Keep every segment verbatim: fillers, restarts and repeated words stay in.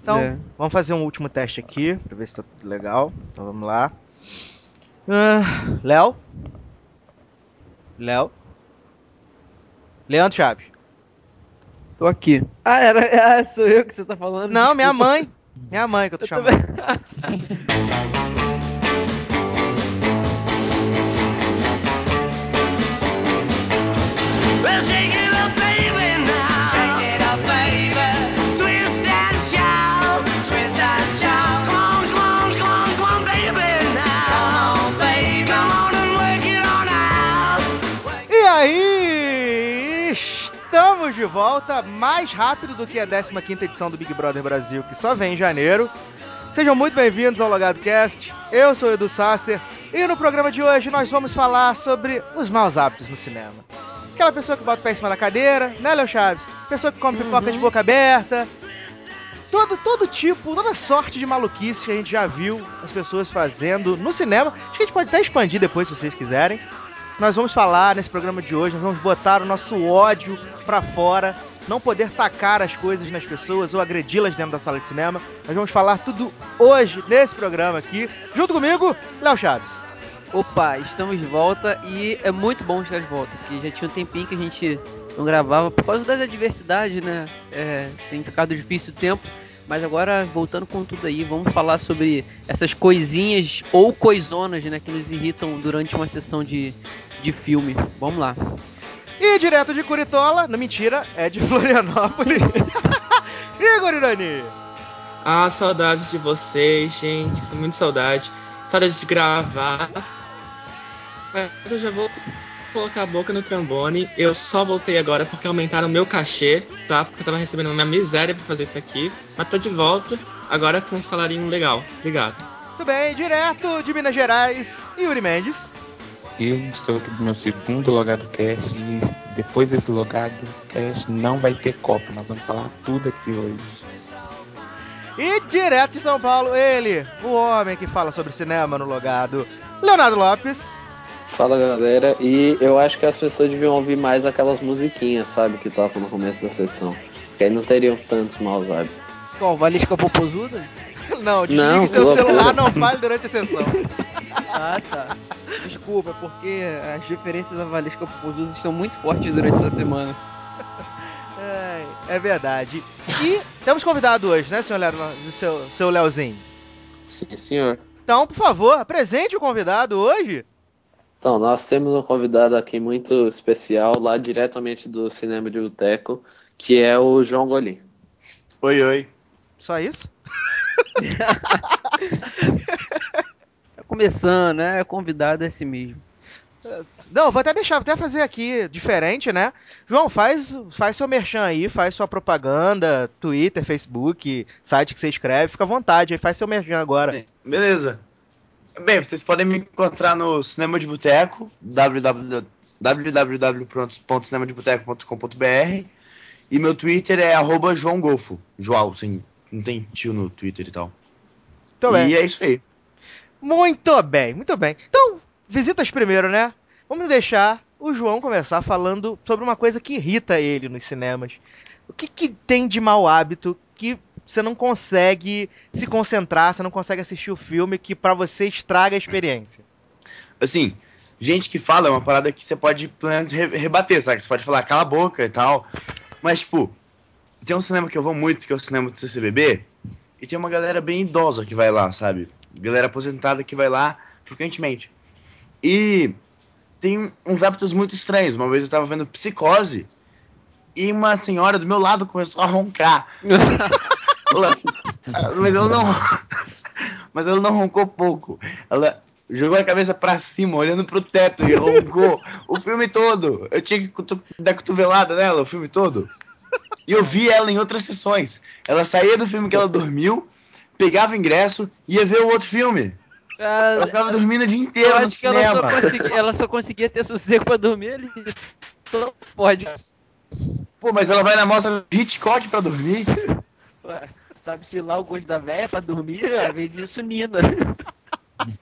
Então, É. vamos fazer um último teste aqui, pra ver se tá tudo legal. Então vamos lá. Ah, Léo? Léo? Leandro Chaves? Tô aqui. Ah, era, ah, sou eu que você tá falando, Não, minha desculpa. mãe. Minha mãe que eu tô Eu também. chamando. Well, shake it up, baby, now. Shake it up, baby. Twist and shout. Twist and shout. Come on, come on, come on, come on, baby, now. Come on, baby. Come on and work it on out. E aí, estamos de volta, mais rápido do que a décima quinta edição do Big Brother Brasil, que só vem em janeiro. Sejam muito bem-vindos ao Logado Cast, eu sou o Edu Sasser, e no programa de hoje nós vamos falar sobre os maus hábitos no cinema. Aquela pessoa que bota o pé em cima da cadeira, né, Léo Chaves? Pessoa que come pipoca de boca aberta. Todo, todo tipo, toda sorte de maluquice que a gente já viu as pessoas fazendo no cinema. Acho que a gente pode até expandir depois, se vocês quiserem. Nós vamos falar nesse programa de hoje, nós vamos botar o nosso ódio pra fora, não poder tacar as coisas nas pessoas ou agredi-las dentro da sala de cinema. Nós vamos falar tudo hoje nesse programa aqui. Junto comigo, Léo Chaves. Opa, estamos de volta e é muito bom estar de volta, porque já tinha um tempinho que a gente não gravava por causa das adversidades, né? É, tem ficado difícil o tempo, mas agora voltando com tudo aí, vamos falar sobre essas coisinhas ou coisonas, né, que nos irritam durante uma sessão de, de filme. Vamos lá. E direto de Curitola, não mentira, é de Florianópolis, Igor Irani. Ah, saudades de vocês, gente. Sinto muito saudade. Saudade de gravar. Mas eu já vou colocar a boca no trombone. Eu só voltei agora porque aumentaram o meu cachê, tá? Porque eu tava recebendo uma miséria pra fazer isso aqui. Mas tô de volta, agora com um salarinho legal. Obrigado. Tudo bem, direto de Minas Gerais, Yuri Mendes. Eu estou aqui no meu segundo Logado Cast e depois desse Logado Cast não vai ter copo. Nós vamos falar tudo aqui hoje. E direto de São Paulo, ele, o homem que fala sobre cinema no Logado, Leonardo Lopes. Fala, galera, e eu acho que as pessoas deviam ouvir mais aquelas musiquinhas, sabe, que tocam no começo da sessão, que aí não teriam tantos maus hábitos. Qual, Valesca Popozuda? Não, desligue Não, seu loucura. celular, não fale durante a sessão. Ah, tá. Desculpa, porque as referências a Valesca Popozuda estão muito fortes durante essa semana. É, é verdade. E temos convidado hoje, né, senhor Léo, seu, seu Leozinho? Sim, senhor. Então, por favor, apresente o convidado hoje. Então, nós temos um convidado aqui muito especial, lá diretamente do Cinema de Boteco, que é o João Golim. Oi, oi. Só isso? Tá começando, né? Convidado é esse mesmo. Não, vou até deixar, vou até fazer aqui diferente, né? João, faz, faz seu merchan aí, faz sua propaganda, Twitter, Facebook, site que você escreve, fica à vontade, aí faz seu merchan agora. Beleza. Bem, vocês podem me encontrar no Cinema de Boteco, w w w ponto cinema de boteco ponto com ponto b r, e meu Twitter é arroba João Golfo. João, sim, não tem tio no Twitter e tal. Muito e bem. é isso aí. Muito bem, muito bem. Então, visitas primeiro, né? Vamos deixar o João começar falando sobre uma coisa que irrita ele nos cinemas. O que, que tem de mau hábito que você não consegue se concentrar, você não consegue assistir o filme, que pra você estraga a experiência? Assim, gente que fala é uma parada que você pode plenamente re- rebater, sabe? Você pode falar, cala a boca e tal. Mas, tipo, tem um cinema que eu vou muito, que é o cinema do C C B B, e tem uma galera bem idosa que vai lá, sabe? Galera aposentada que vai lá frequentemente. E tem uns hábitos muito estranhos. Uma vez eu tava vendo Psicose e uma senhora do meu lado começou a roncar. Ela- mas ela não. Mas ela não roncou pouco. Ela jogou a cabeça pra cima, olhando pro teto, e roncou o filme todo. Eu tinha que cutu- dar cotovelada nela o filme todo. E eu vi ela em outras sessões. Ela saía do filme que ela dormiu, pegava o ingresso e ia ver o outro filme. Ela Cara, ficava dormindo o dia eu inteiro no acho que ela só, cinema. consegui, ela só conseguia ter sossego pra dormir ali. Só pode. Pô, mas ela vai na mostra do Hitchcock pra dormir. Ué, sabe-se lá o gosto da véia pra dormir, às vezes isso nina.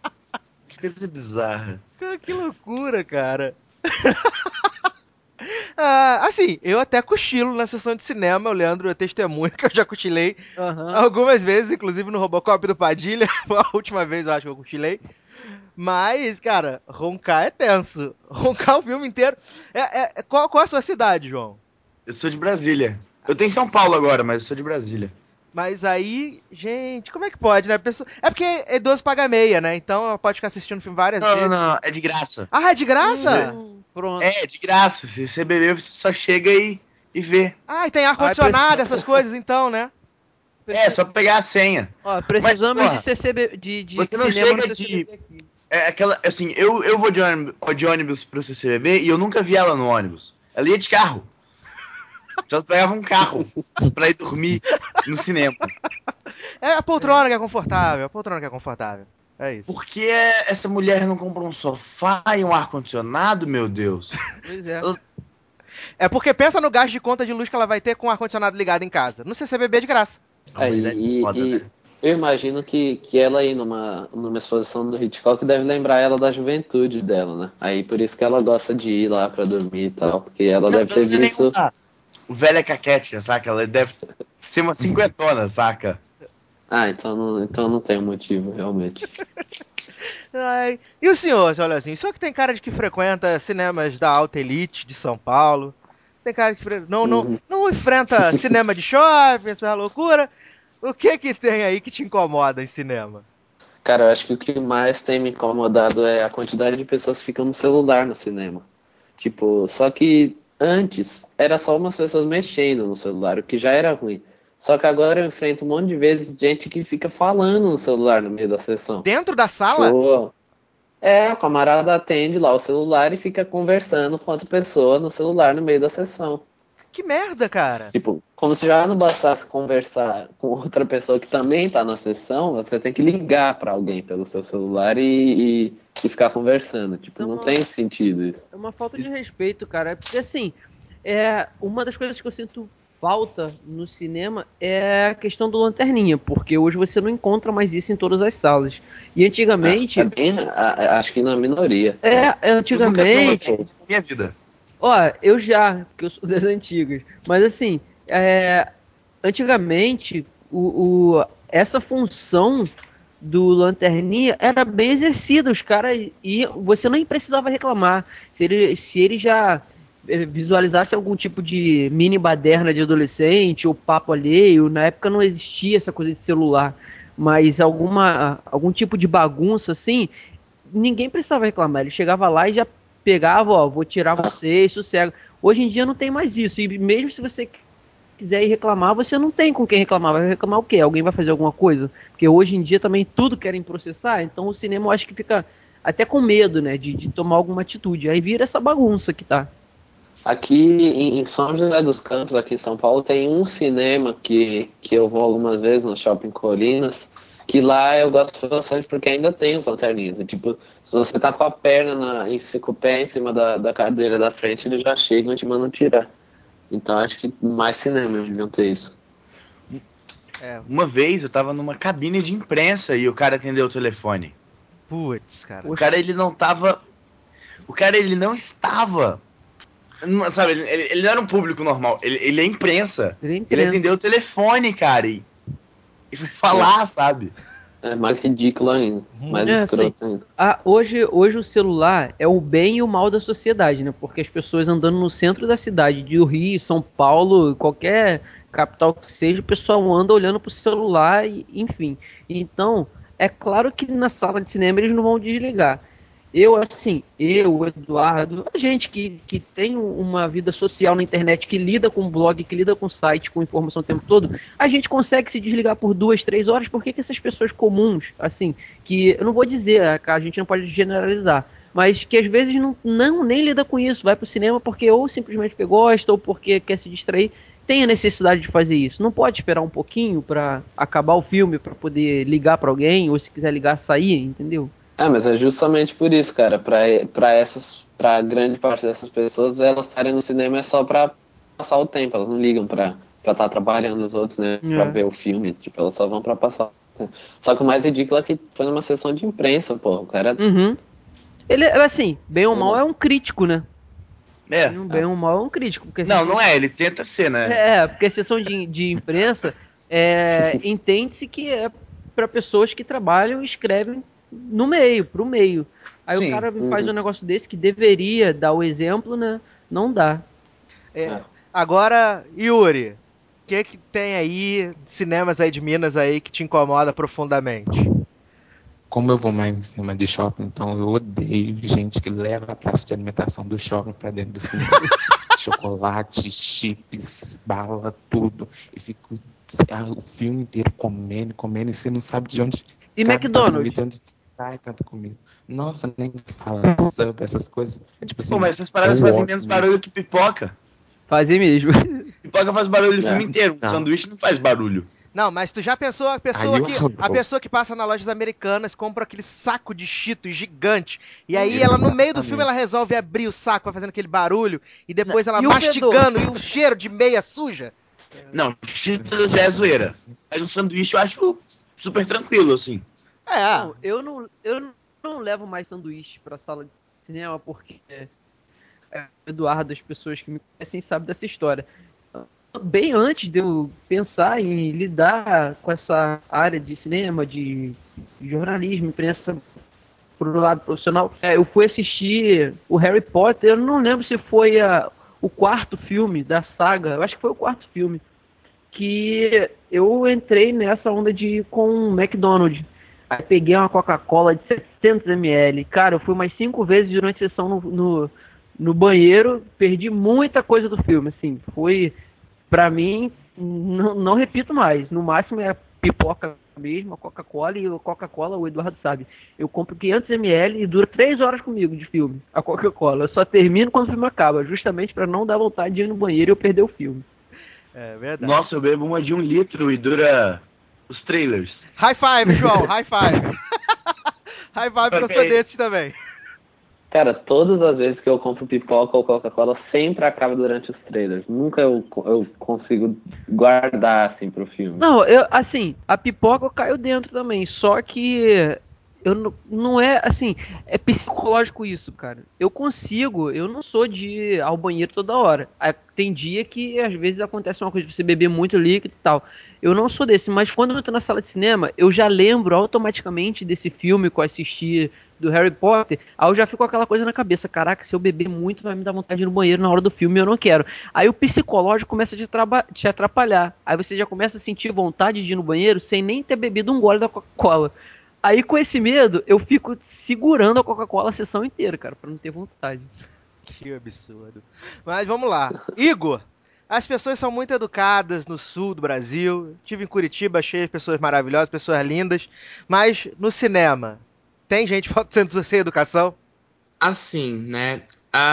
Que coisa bizarra. Cara, que loucura, cara. Ah, assim, eu até cochilo na sessão de cinema, o Leandro é testemunha que eu já cochilei Aham. algumas vezes, inclusive no Robocop do Padilha, foi a última vez eu acho que eu cochilei. Mas, cara, roncar é tenso. Roncar o filme inteiro. É, é- é- qual, qual é a sua cidade, João? Eu sou de Brasília. Eu tenho em São Paulo agora, mas eu sou de Brasília. Mas aí, gente, como é que pode, né? Pessoa- É porque idoso paga meia, né? Então ela pode ficar assistindo o filme várias Não, não, vezes. não, é de graça. Ah, é de graça? Hum, pronto. É, de graça. Se você beber, você só chega e, e vê. Ah, e tem Ai, ar-condicionado, preci- essas coisas então, né? É, só pegar a senha. Ó, Mas, precisamos porra, de C C B, de, de você não cinema no chega C C B de- aqui. É aquela, assim, eu, eu vou de ônibus, de ônibus pro C C B B e eu nunca vi ela no ônibus. Ela ia de carro. Então ela pegava um carro pra ir dormir no cinema. É a poltrona que é confortável, a poltrona que é confortável. É isso. Por que essa mulher não comprou um sofá e um ar-condicionado, meu Deus? Pois é. Eu- É porque pensa no gasto de conta de luz que ela vai ter com o ar-condicionado ligado em casa. No C C B B é de graça. A É, humanidade é e, foda, e né? eu imagino que, que ela aí numa, numa exposição do Hitchcock deve lembrar ela da juventude dela, né? Aí por isso que ela gosta de ir lá pra dormir e tal, porque ela Não, deve ter não é visto. nenhuma velha caquete, saca? Ela deve ser uma cinquentona, saca? Ah, então não, então não tem motivo, realmente. Ai. E o senhor, olha assim, o senhor que tem cara de que frequenta cinemas da alta elite de São Paulo, tem cara que fre... não, não, Uhum. não enfrenta cinema de shopping, essa loucura. O que que tem aí que te incomoda em cinema? Cara, eu acho que o que mais tem me incomodado é a quantidade de pessoas que ficam no celular no cinema. Tipo, só que antes era só umas pessoas mexendo no celular, o que já era ruim. Só que agora eu enfrento um monte de vezes gente que fica falando no celular no meio da sessão. Dentro da sala? Show. É, o camarada atende lá o celular e fica conversando com outra pessoa no celular no meio da sessão. Que merda, cara. Tipo, como se já não bastasse conversar com outra pessoa que também tá na sessão, você tem que ligar pra alguém pelo seu celular e, e, e ficar conversando. Tipo, É não uma, tem sentido isso. é uma falta de respeito, cara. É porque assim, é uma das coisas que eu sinto falta no cinema é a questão do lanterninha, porque hoje você não encontra mais isso em todas as salas. E É, é antigamente, bem, a- a- acho que na minoria. é, Eu nunca vi uma antigamente, na minha vida. ó, eu já, porque eu sou das antigas, mas assim, é, antigamente, o, o- essa função do lanterninha era bem exercida, os caras e você nem precisava reclamar. Se ele, se ele já eh, visualizasse algum tipo de mini baderna de adolescente ou papo alheio, na época não existia essa coisa de celular, mas alguma algum tipo de bagunça assim, ninguém precisava reclamar. Ele chegava lá e já pegava, ó, vou tirar você e sossega. Hoje em dia não tem mais isso. E mesmo se você quiser ir reclamar, você não tem com quem reclamar. Vai reclamar o quê? Alguém vai fazer alguma coisa? Porque hoje em dia também tudo querem processar, então o cinema eu acho que fica até com medo, né, de, de tomar alguma atitude. Aí vira essa bagunça que tá. Aqui em em São José dos Campos, aqui em São Paulo, tem um cinema que, que eu vou algumas vezes no Shopping Colinas, que lá eu gosto bastante porque ainda tem os lanterninhas. E, tipo, se você tá com a perna na, em, com o pé em cima da, da cadeira da frente, eles já chegam e te mandam tirar. Então acho que mais cinema deviam ter isso. É, Uma vez eu tava numa cabine de imprensa e o cara atendeu o telefone. putz, cara. O cara, ele não tava. O cara, ele não estava. não- Sabe, ele, ele- ele não era um público normal. Ele, ele é imprensa. Ele é Ele imprensa. atendeu o telefone, cara. E, e foi falar, sabe? É mais ridículo ainda, mais É, escroto ainda. Ah, hoje, hoje o celular é o bem e o mal da sociedade, né? Porque as pessoas andando no centro da cidade, de Rio, São Paulo, qualquer capital que seja, o pessoal anda olhando pro celular, e, enfim. Então, é claro que na sala de cinema eles não vão desligar. Eu, assim, eu, o Eduardo, a gente que, que tem uma vida social na internet, que lida com blog, que lida com site, com informação o tempo todo, a gente consegue se desligar por duas, três horas. Por que, que essas pessoas comuns, assim, que eu não vou dizer, a gente não pode generalizar, mas que às vezes não, não nem lida com isso, vai pro cinema porque ou simplesmente porque gosta ou porque quer se distrair, tem a necessidade de fazer isso. Não pode esperar um pouquinho para acabar o filme, para poder ligar para alguém, ou se quiser ligar, sair, entendeu? É, mas é justamente por isso, cara, pra, pra essas, pra grande parte dessas pessoas, elas estarem no cinema é só pra passar o tempo, elas não ligam pra estar tá atrapalhando os outros, né, pra É. ver o filme, tipo, elas só vão pra passar o tempo. Só que o mais ridículo é que foi numa sessão de imprensa, pô, o cara, Uhum. Ele, assim, bem ou sei mal, lá. é um crítico, né? É. Um bem ou um mal é um crítico. Porque Não, se não é, ele tenta ser, né? É, porque a sessão de, de imprensa é, entende-se que é para pessoas que trabalham e escrevem no meio, pro meio. Aí Sim. o cara Uhum. faz um negócio desse que deveria dar o exemplo, né? Não dá. É, É. agora, Yuri, o que que tem aí de cinemas aí de Minas aí que te incomoda profundamente? Como eu vou mais em cima de shopping, então eu odeio gente que leva a praça de alimentação do shopping pra dentro do cinema. Chocolate, chips, bala, tudo. E fico ah, o filme inteiro comendo, comendo, e você não sabe de onde E cabe tanta McDonald's? comida, de onde sai tanta comida. Nossa, nem fala sub, essas coisas. É tipo assim, Pô, mas essas é paradas o fazem ódio menos mesmo. barulho que pipoca. Fazer mesmo. Pipoca faz barulho o É. filme inteiro. Um Não. sanduíche não faz barulho. Não, mas tu já pensou a Aí pessoa eu que adoro. a pessoa que passa nas lojas americanas, compra aquele saco de Cheetos gigante, e aí ela no meio do filme ela Exatamente. resolve abrir o saco, vai fazendo aquele barulho, e depois ela E o fedor? mastigando e o cheiro de meia suja. Não, Cheetos já é zoeira. Mas um sanduíche eu acho super tranquilo, assim. É. Não, eu não, eu não levo mais sanduíche pra sala de cinema porque é, o Eduardo, as pessoas que me conhecem sabem dessa história. Bem antes de eu pensar em lidar com essa área de cinema, de jornalismo, imprensa pro lado profissional, é, eu fui assistir o Harry Potter, eu não lembro se foi a, o quarto filme da saga, eu acho que foi o quarto filme, que eu entrei nessa onda de ir com um McDonald's. Aí peguei uma Coca-Cola de setecentos mililitros. Cara, eu fui umas cinco vezes durante a sessão no, no, no banheiro, perdi muita coisa do filme, assim, foi, pra mim, não, não repito mais, no máximo é a pipoca mesmo, a Coca-Cola, e a Coca-Cola, o Eduardo sabe, eu compro quinhentos mililitros e dura três horas comigo de filme, a Coca-Cola, eu só termino quando o filme acaba, justamente pra não dar vontade de ir no banheiro e eu perder o filme. É verdade. Nossa, eu bebo uma de um litro e dura os trailers. High five, João, high five. High five que eu sou desses também. Cara, todas as vezes que eu compro pipoca ou Coca-Cola, sempre acaba durante os trailers. Nunca eu, eu consigo guardar, assim, pro filme. Não, eu, assim, a pipoca eu caio dentro também, só que eu não, não é, assim, é psicológico isso, cara. Eu consigo, eu não sou de ir ao banheiro toda hora. Ah, tem dia que às vezes acontece uma coisa de você beber muito líquido e tal. Eu não sou desse, mas quando eu tô na sala de cinema, eu já lembro automaticamente desse filme que eu assisti do Harry Potter, aí eu já fico com aquela coisa na cabeça, caraca, se eu beber muito vai me dar vontade de ir no banheiro na hora do filme e eu não quero. Aí o psicológico começa a te, traba- te atrapalhar. Aí você já começa a sentir vontade de ir no banheiro sem nem ter bebido um gole da Coca-Cola. Aí com esse medo, eu fico segurando a Coca-Cola a sessão inteira, cara, pra não ter vontade. Que absurdo. Mas vamos lá. Igor, as pessoas são muito educadas no sul do Brasil. Estive em Curitiba, achei pessoas maravilhosas, pessoas lindas. Mas no cinema, tem gente faltando sem educação? Assim, né?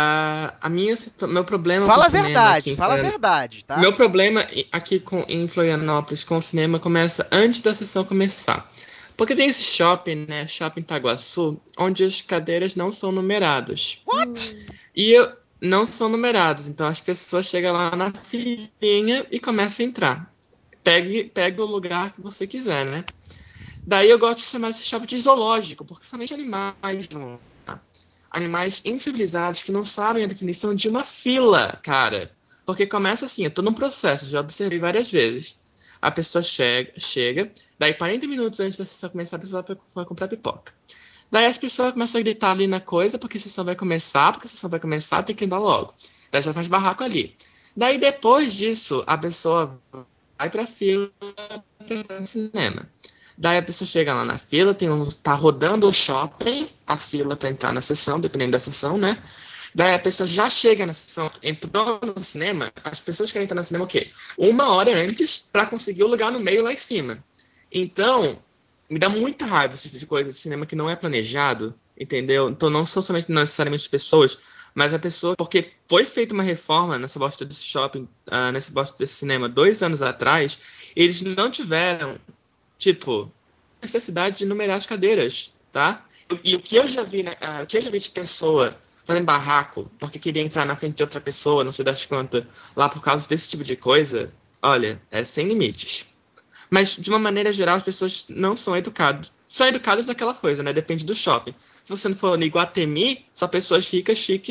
A, a minha, situ- meu problema com o Fala a cinema aqui verdade, em fala a Florian- verdade, tá? Meu problema i- aqui com, em Florianópolis com o cinema começa antes da sessão começar. Porque tem esse shopping, né? Shopping Itaguaçu, onde as cadeiras não são numeradas. What? E eu, não são numerados. Então as pessoas chegam lá na filinha e começam a entrar. Pegue, pegue o lugar que você quiser, né? Daí eu gosto de chamar esse shopping de zoológico, porque somente animais vão lá. Animais incivilizados que não sabem a definição de uma fila, cara. Porque começa assim, eu tô num processo, já observei várias vezes. A pessoa chega, chega, daí quarenta minutos antes da sessão começar, a pessoa vai, vai comprar pipoca. Daí as pessoas começam a gritar ali na coisa, porque a sessão vai começar, porque a sessão vai começar, tem que andar logo. Daí já faz barraco ali. Daí depois disso, a pessoa vai pra fila pra entrar no cinema. Daí a pessoa chega lá na fila, tem um, tá rodando o shopping, a fila pra entrar na sessão, dependendo da sessão, né? Daí a pessoa já chega na sessão, entrou no cinema, as pessoas querem entrar no cinema o quê? Uma hora antes pra conseguir o lugar no meio lá em cima. Então, me dá muita raiva esse tipo de coisa de cinema que não é planejado, entendeu? Então não são somente necessariamente as pessoas, mas a pessoa, porque foi feita uma reforma nessa bosta desse shopping, uh, nessa bosta desse cinema dois anos atrás, eles não tiveram, tipo, necessidade de numerar as cadeiras, tá? E, e o que eu já vi, né, uh, o que eu já vi de pessoa fazendo barraco porque queria entrar na frente de outra pessoa, não sei das quantas, lá por causa desse tipo de coisa, olha, é sem limites. Mas, de uma maneira geral, as pessoas não são educadas. São educadas naquela coisa, né? Depende do shopping. Se você não for no Iguatemi, são pessoas ricas, chiques,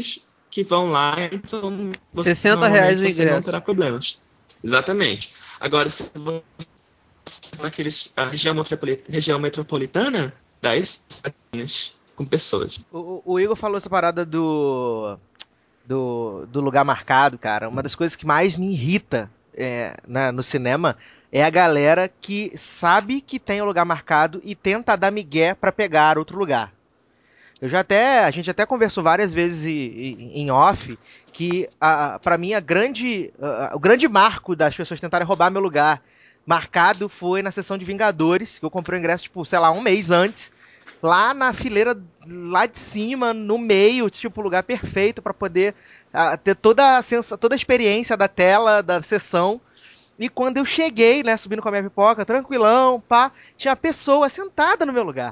que vão lá, então você, sessenta reais o normalmente você não ingresso. terá problemas. Exatamente. Agora, se você naqueles, a região metropolitana, região metropolitana, daí com pessoas. O, o Igor falou essa parada do, do, do lugar marcado, cara. Uma das coisas que mais me irrita é, na- no cinema é a galera que sabe que tem o lugar marcado e tenta dar migué pra pegar outro lugar. Eu já até, a gente até conversou várias vezes em, em- em off que a, para mim a grande, a- o grande marco das pessoas tentarem roubar meu lugar marcado foi na sessão de Vingadores, que eu comprei o ingresso, tipo, sei lá, um mês antes, lá na fileira lá de cima, no meio, tipo, lugar perfeito pra poder ah, ter toda a, sensa, toda a experiência da tela, da sessão. E quando eu cheguei, né, subindo com a minha pipoca, tranquilão, pá, tinha uma pessoa sentada no meu lugar.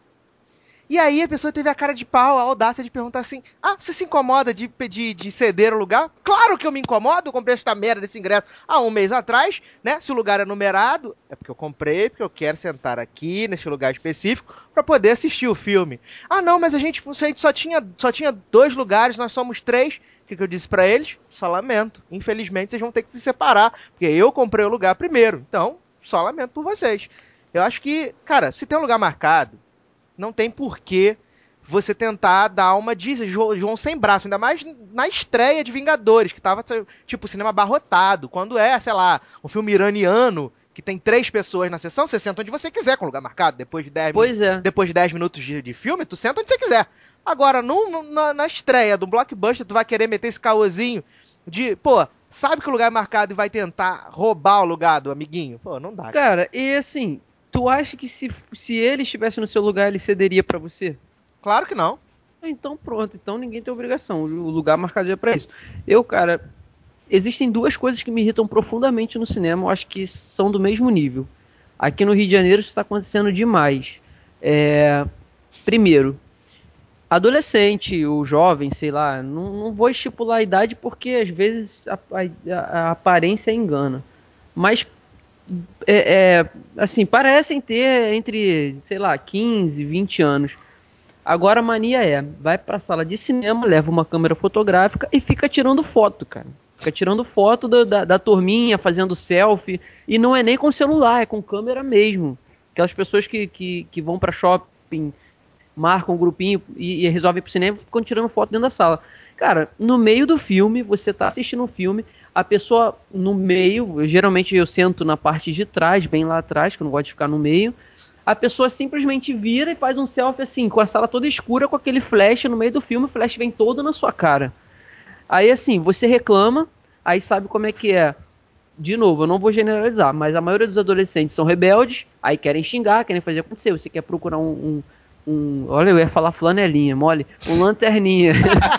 E aí a pessoa teve a cara de pau, a audácia de perguntar assim: ah, você se incomoda de pedir de ceder o lugar? Claro que eu me incomodo, eu comprei esta merda desse ingresso há um mês atrás, né? Se o lugar é numerado, é porque eu comprei, porque eu quero sentar aqui, neste lugar específico, pra poder assistir o filme. Ah, não, mas a gente, a gente só, tinha, só tinha dois lugares, nós somos três. O que, que eu disse pra eles? Só lamento. Infelizmente, vocês vão ter que se separar, porque eu comprei o lugar primeiro. Então, só lamento por vocês. Eu acho que, cara, se tem um lugar marcado, não tem porquê você tentar dar uma de João sem braço, ainda mais na estreia de Vingadores, que tava, tipo, cinema abarrotado. Quando é, sei lá, um filme iraniano, que tem três pessoas na sessão, você senta onde você quiser com o lugar marcado. Depois de dez, Pois é. depois de dez minutos de, de filme, tu senta onde você quiser. Agora, no, na, na estreia do blockbuster, tu vai querer meter esse caôzinho de, pô, sabe que o lugar é marcado e vai tentar roubar o lugar do amiguinho? Pô, não dá. Cara, e assim, tu acha que se, se ele estivesse no seu lugar, ele cederia pra você? Claro que não. Então pronto, então ninguém tem obrigação. O lugar marcado é pra isso. Eu, cara, existem duas coisas que me irritam profundamente no cinema, eu acho que são do mesmo nível. Aqui no Rio de Janeiro isso está acontecendo demais. É, primeiro, adolescente ou jovem, sei lá, não, não vou estipular a idade porque às vezes a, a, a aparência engana. Mas é, é, assim, parecem ter entre, sei lá, quinze, vinte anos. Agora a mania é, vai pra sala de cinema, leva uma câmera fotográfica e fica tirando foto, cara. Fica tirando foto da, da, da turminha, fazendo selfie. E não é nem com celular, é com câmera mesmo. Aquelas pessoas que, que, que vão pra shopping, marcam um grupinho e, e resolvem ir pro cinema e ficam tirando foto dentro da sala. Cara, no meio do filme, você tá assistindo um filme, a pessoa no meio, geralmente eu sento na parte de trás, bem lá atrás, que eu não gosto de ficar no meio, a pessoa simplesmente vira e faz um selfie assim, com a sala toda escura, com aquele flash no meio do filme, o flash vem todo na sua cara. Aí assim, você reclama, aí sabe como é que é. De novo, eu não vou generalizar, mas a maioria dos adolescentes são rebeldes, aí querem xingar, querem fazer acontecer. Você quer procurar um... um, um olha, eu ia falar flanelinha, mole. Um lanterninha.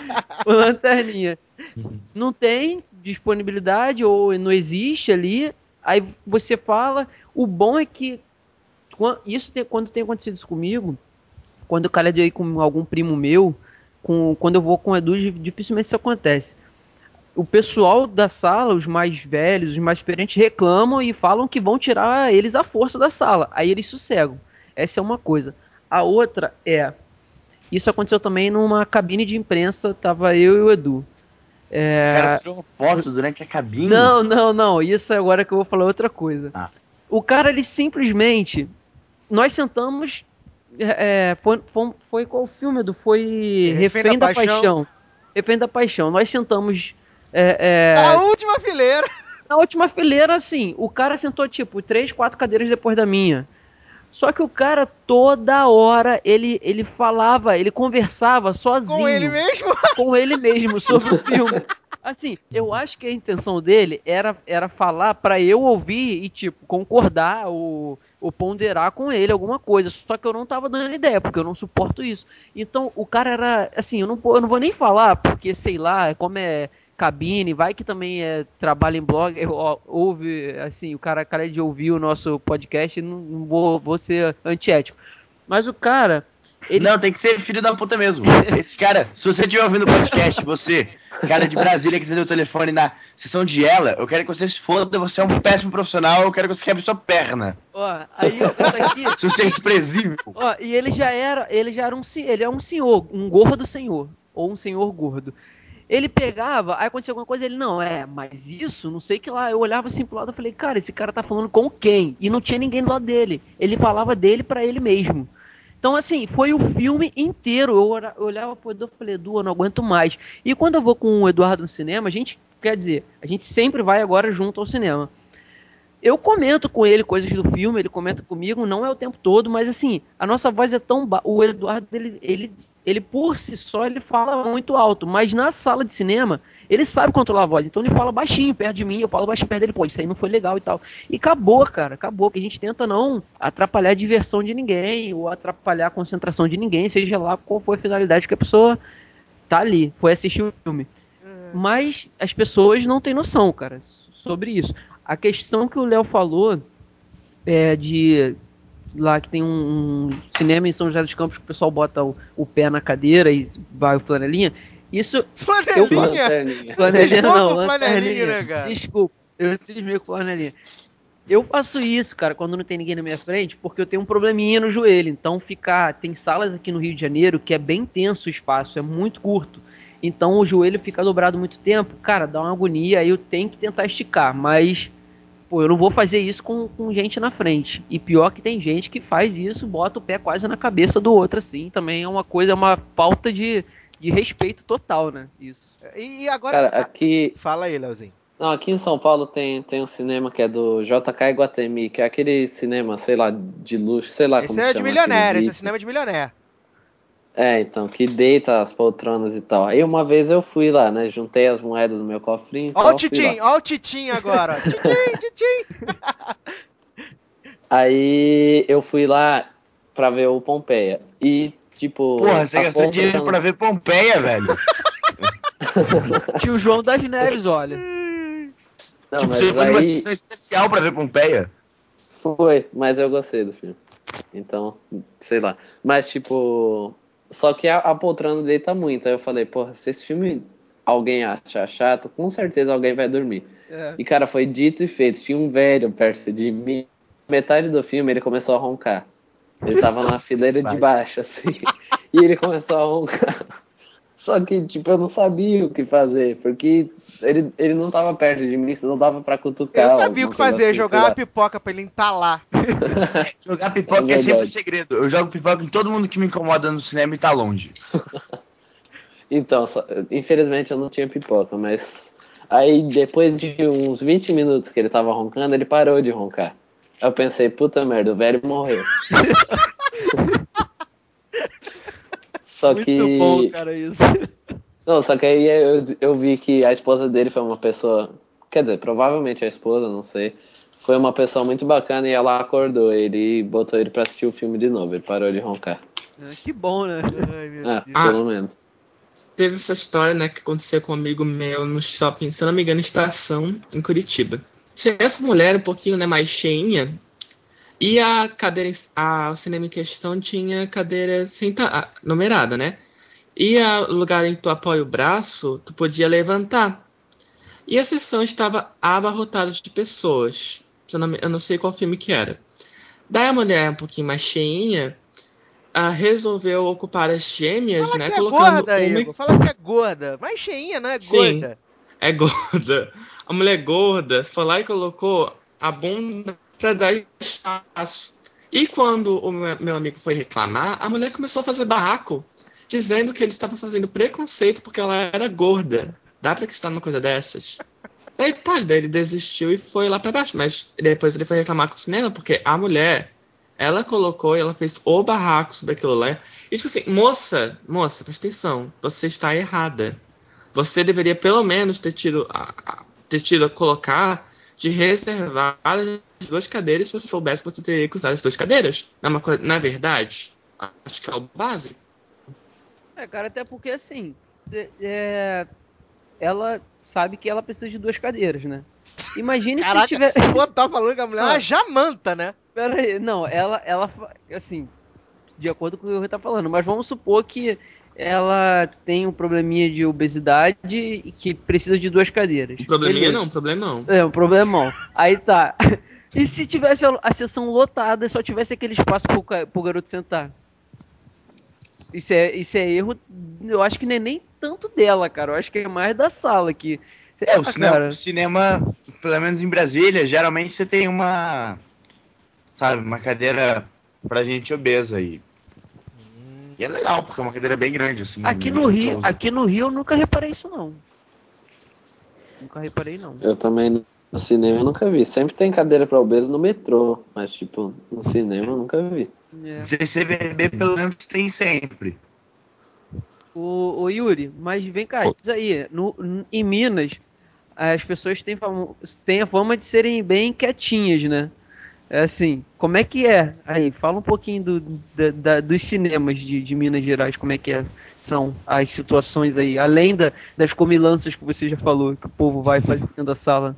um lanterninha. Não tem disponibilidade ou não existe ali, aí você fala. O bom é que isso tem, quando tem acontecido isso comigo, quando eu calhei aí com algum primo meu, com, quando eu vou com o Edu, dificilmente isso acontece. O pessoal da sala, os mais velhos, os mais experientes, reclamam e falam que vão tirar eles à força da sala. Aí eles sossegam. Essa é uma coisa. A outra é... Isso aconteceu também numa cabine de imprensa, tava eu e o Edu. É... O cara tirou foto durante a cabine? Não, não, não. Isso é agora que eu vou falar outra coisa. Ah. O cara, ele simplesmente... Nós sentamos... É, foi, foi, foi qual filme, Edu? Foi Refém Refém da da Paixão. Paixão. Refém da Paixão. Nós sentamos... É, A é, última fileira. na última fileira, assim, o cara sentou, tipo, três, quatro cadeiras depois da minha. Só que o cara, toda hora, ele, ele falava, ele conversava sozinho. Com ele mesmo? Com ele mesmo, sobre o filme. Assim, eu acho que a intenção dele era, era falar pra eu ouvir e, tipo, concordar ou, ou ponderar com ele alguma coisa. Só que eu não tava dando ideia, porque eu não suporto isso. Então, o cara era, assim, eu não, eu não vou nem falar, porque, sei lá, como é cabine, vai que também é, trabalha em blog, ó, ouve, assim, o cara cara de ouvir o nosso podcast, não, não vou, vou ser antiético. Mas o cara, ele... Não, tem que ser filho da puta mesmo. Esse cara, se você estiver ouvindo o podcast, você, cara de Brasília que atendeu o telefone na sessão de ela, eu quero que você se foda, você é um péssimo profissional, eu quero que você quebre sua perna. Ó, aí eu aqui... Se você é desprezível. Ó, e ele já era, ele já era um, ele é um senhor, um gordo senhor, ou um senhor gordo. Ele pegava, aí acontecia alguma coisa, ele, não, é, mas isso, não sei o que lá. Eu olhava assim pro lado e falei, cara, esse cara tá falando com quem? E não tinha ninguém do lado dele. Ele falava dele pra ele mesmo. Então, assim, foi o filme inteiro. Eu ora- eu olhava pro Edu e falei, Edu, eu não aguento mais. E quando eu vou com o Eduardo no cinema, a gente, quer dizer, a gente sempre vai agora junto ao cinema. Eu comento com ele coisas do filme, ele comenta comigo, não é o tempo todo, mas assim, a nossa voz é tão ba... O Eduardo, ele, ele, ele por si só, ele fala muito alto, mas na sala de cinema, ele sabe controlar a voz, então ele fala baixinho perto de mim, eu falo baixinho perto dele, pô, isso aí não foi legal e tal. E acabou, cara, acabou, que a gente tenta não atrapalhar a diversão de ninguém, ou atrapalhar a concentração de ninguém, seja lá qual foi a finalidade que a pessoa tá ali, foi assistir o filme. Mas as pessoas não têm noção, cara, sobre isso. A questão que o Léo falou é de lá que tem um, um cinema em São José dos Campos que o pessoal bota o, o pé na cadeira e vai o flanelinha. Isso. Flanelinha? Lanterninha. Flanelinha Cismou não, com flanelinha, lanterninha. né, cara? Desculpa, eu cismei com flanelinha. Eu faço isso, cara, quando não tem ninguém na minha frente, porque eu tenho um probleminha no joelho. Então ficar. Tem salas aqui no Rio de Janeiro que é bem tenso o espaço, é muito curto. Então o joelho fica dobrado muito tempo, cara, dá uma agonia, aí eu tenho que tentar esticar, mas pô, eu não vou fazer isso com, com gente na frente. E pior que tem gente que faz isso, bota o pé quase na cabeça do outro, assim. Também é uma coisa, é uma falta de, de respeito total, né? Isso. E, e agora. Cara, ah, aqui. Fala aí, Leozinho. Não, aqui em São Paulo tem, tem um cinema que é do J K Iguatemi, que é aquele cinema, sei lá, de luxo, sei lá Esse como é se de chama aquele milionário, esse é V I P. cinema de milionário. É, então, que deita as poltronas e tal. Aí uma vez eu fui lá, né? Juntei as moedas no meu cofrinho e Ó o tal, fui lá. Titim, ó o Titim agora. Ó. Titim, Titim. Aí eu fui lá pra ver o Pompeia. E, tipo, Porra, você as gastou dinheiro poltronas. pra ver Pompeia, velho. Tio João das Neves, olha. Não, Tipo, você mas foi numa aí sessão especial pra ver Pompeia. foi, mas eu gostei do filme. Então, sei lá. Mas, tipo, só que a, a poltrona deita muito. Aí eu falei, porra, se esse filme alguém acha chato, com certeza alguém vai dormir. É. E, cara, foi dito e feito. Tinha um velho perto de mim. Metade do filme ele começou a roncar. Ele tava na fileira de baixo, assim. E ele começou a roncar. Só que, tipo, eu não sabia o que fazer. Porque ele, ele não tava perto de mim, não dava pra Eu cutucar ou sabia o alguma que coisa fazer, assim, sei jogar uma lá. pipoca pra ele entalar. Jogar É pipoca é sempre o verdade. segredo. Eu jogo pipoca em todo mundo que me incomoda no cinema e tá longe. Então, só- infelizmente eu não tinha pipoca, mas aí depois de uns vinte minutos que ele tava roncando, ele parou de roncar. Aí eu pensei, puta merda, o velho morreu. Só Muito bom, que. cara, isso. Não, só que aí eu, eu vi que a esposa dele foi uma pessoa. Quer dizer, provavelmente a esposa, não sei. Foi uma pessoa muito bacana e ela acordou ele e botou ele pra assistir o filme de novo. Ele parou de roncar. É, que bom, né? Ai, meu Ah, Deus. Ah, pelo menos. teve essa história, né, que aconteceu com um amigo meu no shopping, se eu não me engano, Estação, em Curitiba. Tinha essa mulher um pouquinho, né, mais cheinha, e a cadeira, em- a, o cinema em questão tinha cadeira senta, ah, numerada, né? E a- o lugar em que tu apoia o braço, tu podia levantar. E a sessão estava abarrotada de pessoas. Se Eu não, me- eu não sei qual filme que era. Daí a mulher, um pouquinho mais cheinha, ah, resolveu ocupar as gêmeas, Fala né? que é Colocando gorda, uma. Igor. Fala que é gorda. Mas cheinha, não é Sim, gorda. é gorda. A mulher gorda foi lá e colocou a bunda pra dar espaço. E quando o meu meu amigo foi reclamar, a mulher começou a fazer barraco, dizendo que ele estava fazendo preconceito porque ela era gorda. Dá pra acreditar numa coisa dessas? Daí tá, daí ele desistiu e foi lá pra baixo. Mas depois ele foi reclamar com o cinema, porque a mulher, ela colocou e ela fez o barraco sobre aquilo lá. E tipo assim, moça, moça, presta atenção, você está errada. Você deveria pelo menos ter tido a, a- ter tido a colocar de reservar as duas cadeiras se você soubesse que você teria que usar as duas cadeiras. Não é uma coisa, na verdade, acho que é o básico. É, cara, até porque assim, cê- é, ela sabe que ela precisa de duas cadeiras, né? Imagine se Caraca, tiver. pô, tá falando que a mulher é uma Ah, jamanta, né? pera aí, não, ela, ela, fa- assim, de acordo com o que o Rui tá falando, mas vamos supor que ela tem um probleminha de obesidade e que precisa de duas cadeiras. Um probleminha Beleza. não, um problemão. É, um problemão. Aí tá. E se tivesse a, a sessão lotada e só tivesse aquele espaço pro, ca- pro garoto sentar? isso, é, isso é erro, eu acho que não é nem tanto dela, cara. Eu acho que é mais da sala que. É, o Ah, cinema, cara. o cinema, pelo menos em Brasília, geralmente você tem uma, sabe, uma cadeira pra gente obesa aí. E é legal, porque é uma cadeira bem grande, assim. Aqui bem no Rio, gostoso. aqui no Rio eu nunca reparei isso não. Nunca reparei não. Eu também no cinema eu nunca vi. Sempre tem cadeira pra obeso no metrô, mas tipo, no cinema eu nunca vi. É. C C B B pelo menos tem sempre. O, o Yuri, mas vem cá, Ô. diz aí, no, n- em Minas, as pessoas têm, famo- têm a fama de serem bem quietinhas, né? É assim, como é que é? Aí, fala um pouquinho do, da- da- dos cinemas de, de Minas Gerais, como é que é- são as situações aí, além da- das comilanças que você já falou, que o povo vai fazendo dentro da sala.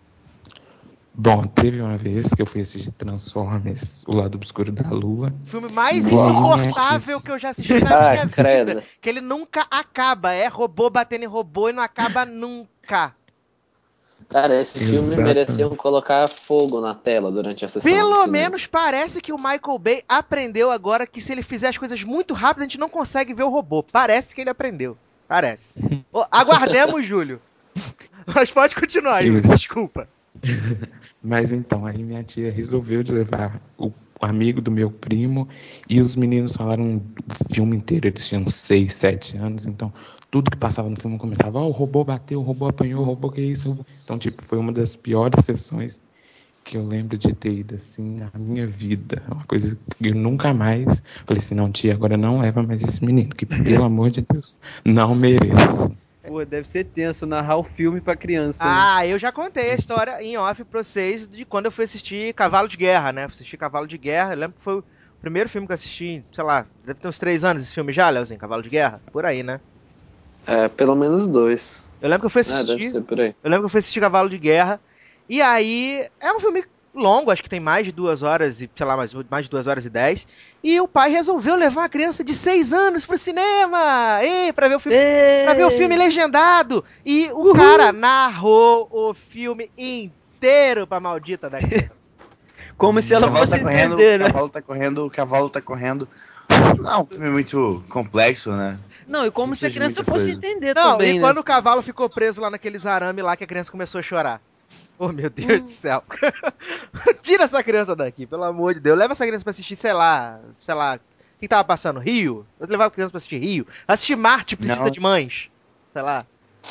Bom, teve uma vez que eu fui assistir Transformers, O Lado Obscuro da Lua. Filme mais E aí, minha insuportável tia- que eu já assisti na Ah, minha vida. credo. Que ele nunca acaba. É robô batendo em robô e não acaba nunca. Cara, esse filme mereciam Exatamente. colocar fogo na tela durante a sessão do Pelo cinema. menos parece que o Michael Bay aprendeu agora que se ele fizer as coisas muito rápido, a gente não consegue ver o robô. Parece que ele aprendeu. Parece. Ô, aguardemos, Júlio. Mas pode continuar, Júlio. Desculpa. Mas então, aí minha tia resolveu de levar o amigo do meu primo e os meninos falaram o filme inteiro, eles tinham seis, sete anos, então tudo que passava no filme comentava, ó, o robô bateu, o robô apanhou, o robô que isso? Então, tipo, foi uma das piores sessões que eu lembro de ter ido, assim, na minha vida. Uma coisa que eu nunca mais falei assim, não, tia, agora não leva mais esse menino, que pelo amor de Deus, não merece. Pô, deve ser tenso narrar o filme pra criança, né? Ah, eu já contei a história em off pra vocês de quando eu fui assistir Cavalo de Guerra, né? Fui assistir Cavalo de Guerra. Eu lembro que foi o primeiro filme que eu assisti, sei lá, deve ter uns três anos esse filme já, Leozinho, Cavalo de Guerra? Por aí, né? É, pelo menos dois. Eu lembro que eu fui Ah, deve assistir. ser por aí. Eu lembro que eu fui assistir Cavalo de Guerra. E aí, é um filme longo, acho que tem mais de duas horas e, sei lá, mais, mais de duas horas e dez. E o pai resolveu levar a criança de seis anos pro cinema! Ei, pra ver o filme. Pra ver o filme legendado! E o cara narrou o filme inteiro pra maldita da criança. Como se O ela cavalo fosse tá correndo, entender, o né? cavalo tá correndo, o cavalo tá correndo. Não, um filme muito complexo, né? Não, e como Não se a precisa de criança muita fosse coisa. entender Não, também, e né? quando o cavalo ficou preso lá naqueles arame lá que a criança começou a chorar. Oh, meu Deus Hum. do céu. Tira essa criança daqui, pelo amor de Deus. Leva essa criança pra assistir, sei lá, sei lá. O que tava passando? Rio? Eu levava a criança pra assistir Rio. Assistir Marte Precisa Não. de Mães. Sei lá.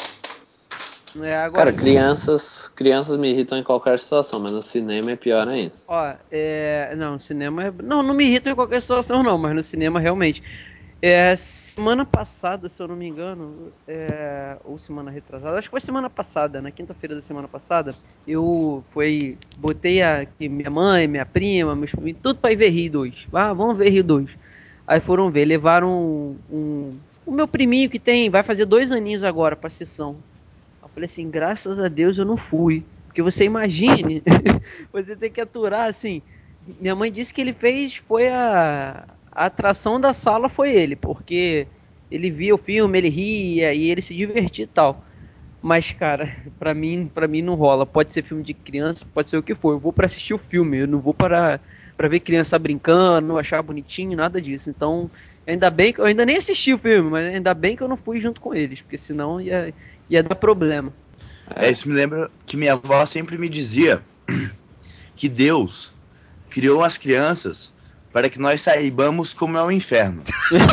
É, agora, Cara, crianças, crianças me irritam em qualquer situação, mas no cinema é pior ainda. ó, é, não, no cinema é, não, não me irrita em qualquer situação não, mas no cinema realmente. É, semana passada, se eu não me engano, é, ou semana retrasada, acho que foi semana passada, na quinta-feira da semana passada, eu fui, botei a, aqui minha mãe, minha prima, meus primos, tudo pra ir ver Rio dois. Ah, vamos ver Rio dois. Aí foram ver, levaram um, um, o meu priminho que tem, vai fazer dois aninhos agora pra sessão. Eu falei assim, graças a Deus eu não fui. Porque você imagine, você tem que aturar, assim. Minha mãe disse que ele fez, foi a, a atração da sala foi ele, porque ele via o filme, ele ria e ele se divertia e tal. Mas, cara, pra mim, pra mim não rola. Pode ser filme de criança, pode ser o que for. Eu vou pra assistir o filme, eu não vou para para ver criança brincando, achar bonitinho, nada disso. Então, ainda bem que eu ainda nem assisti o filme, mas ainda bem que eu não fui junto com eles, porque senão ia, ia dar problema. É, isso me lembra que minha avó sempre me dizia que Deus criou as crianças para que nós saibamos como é o inferno.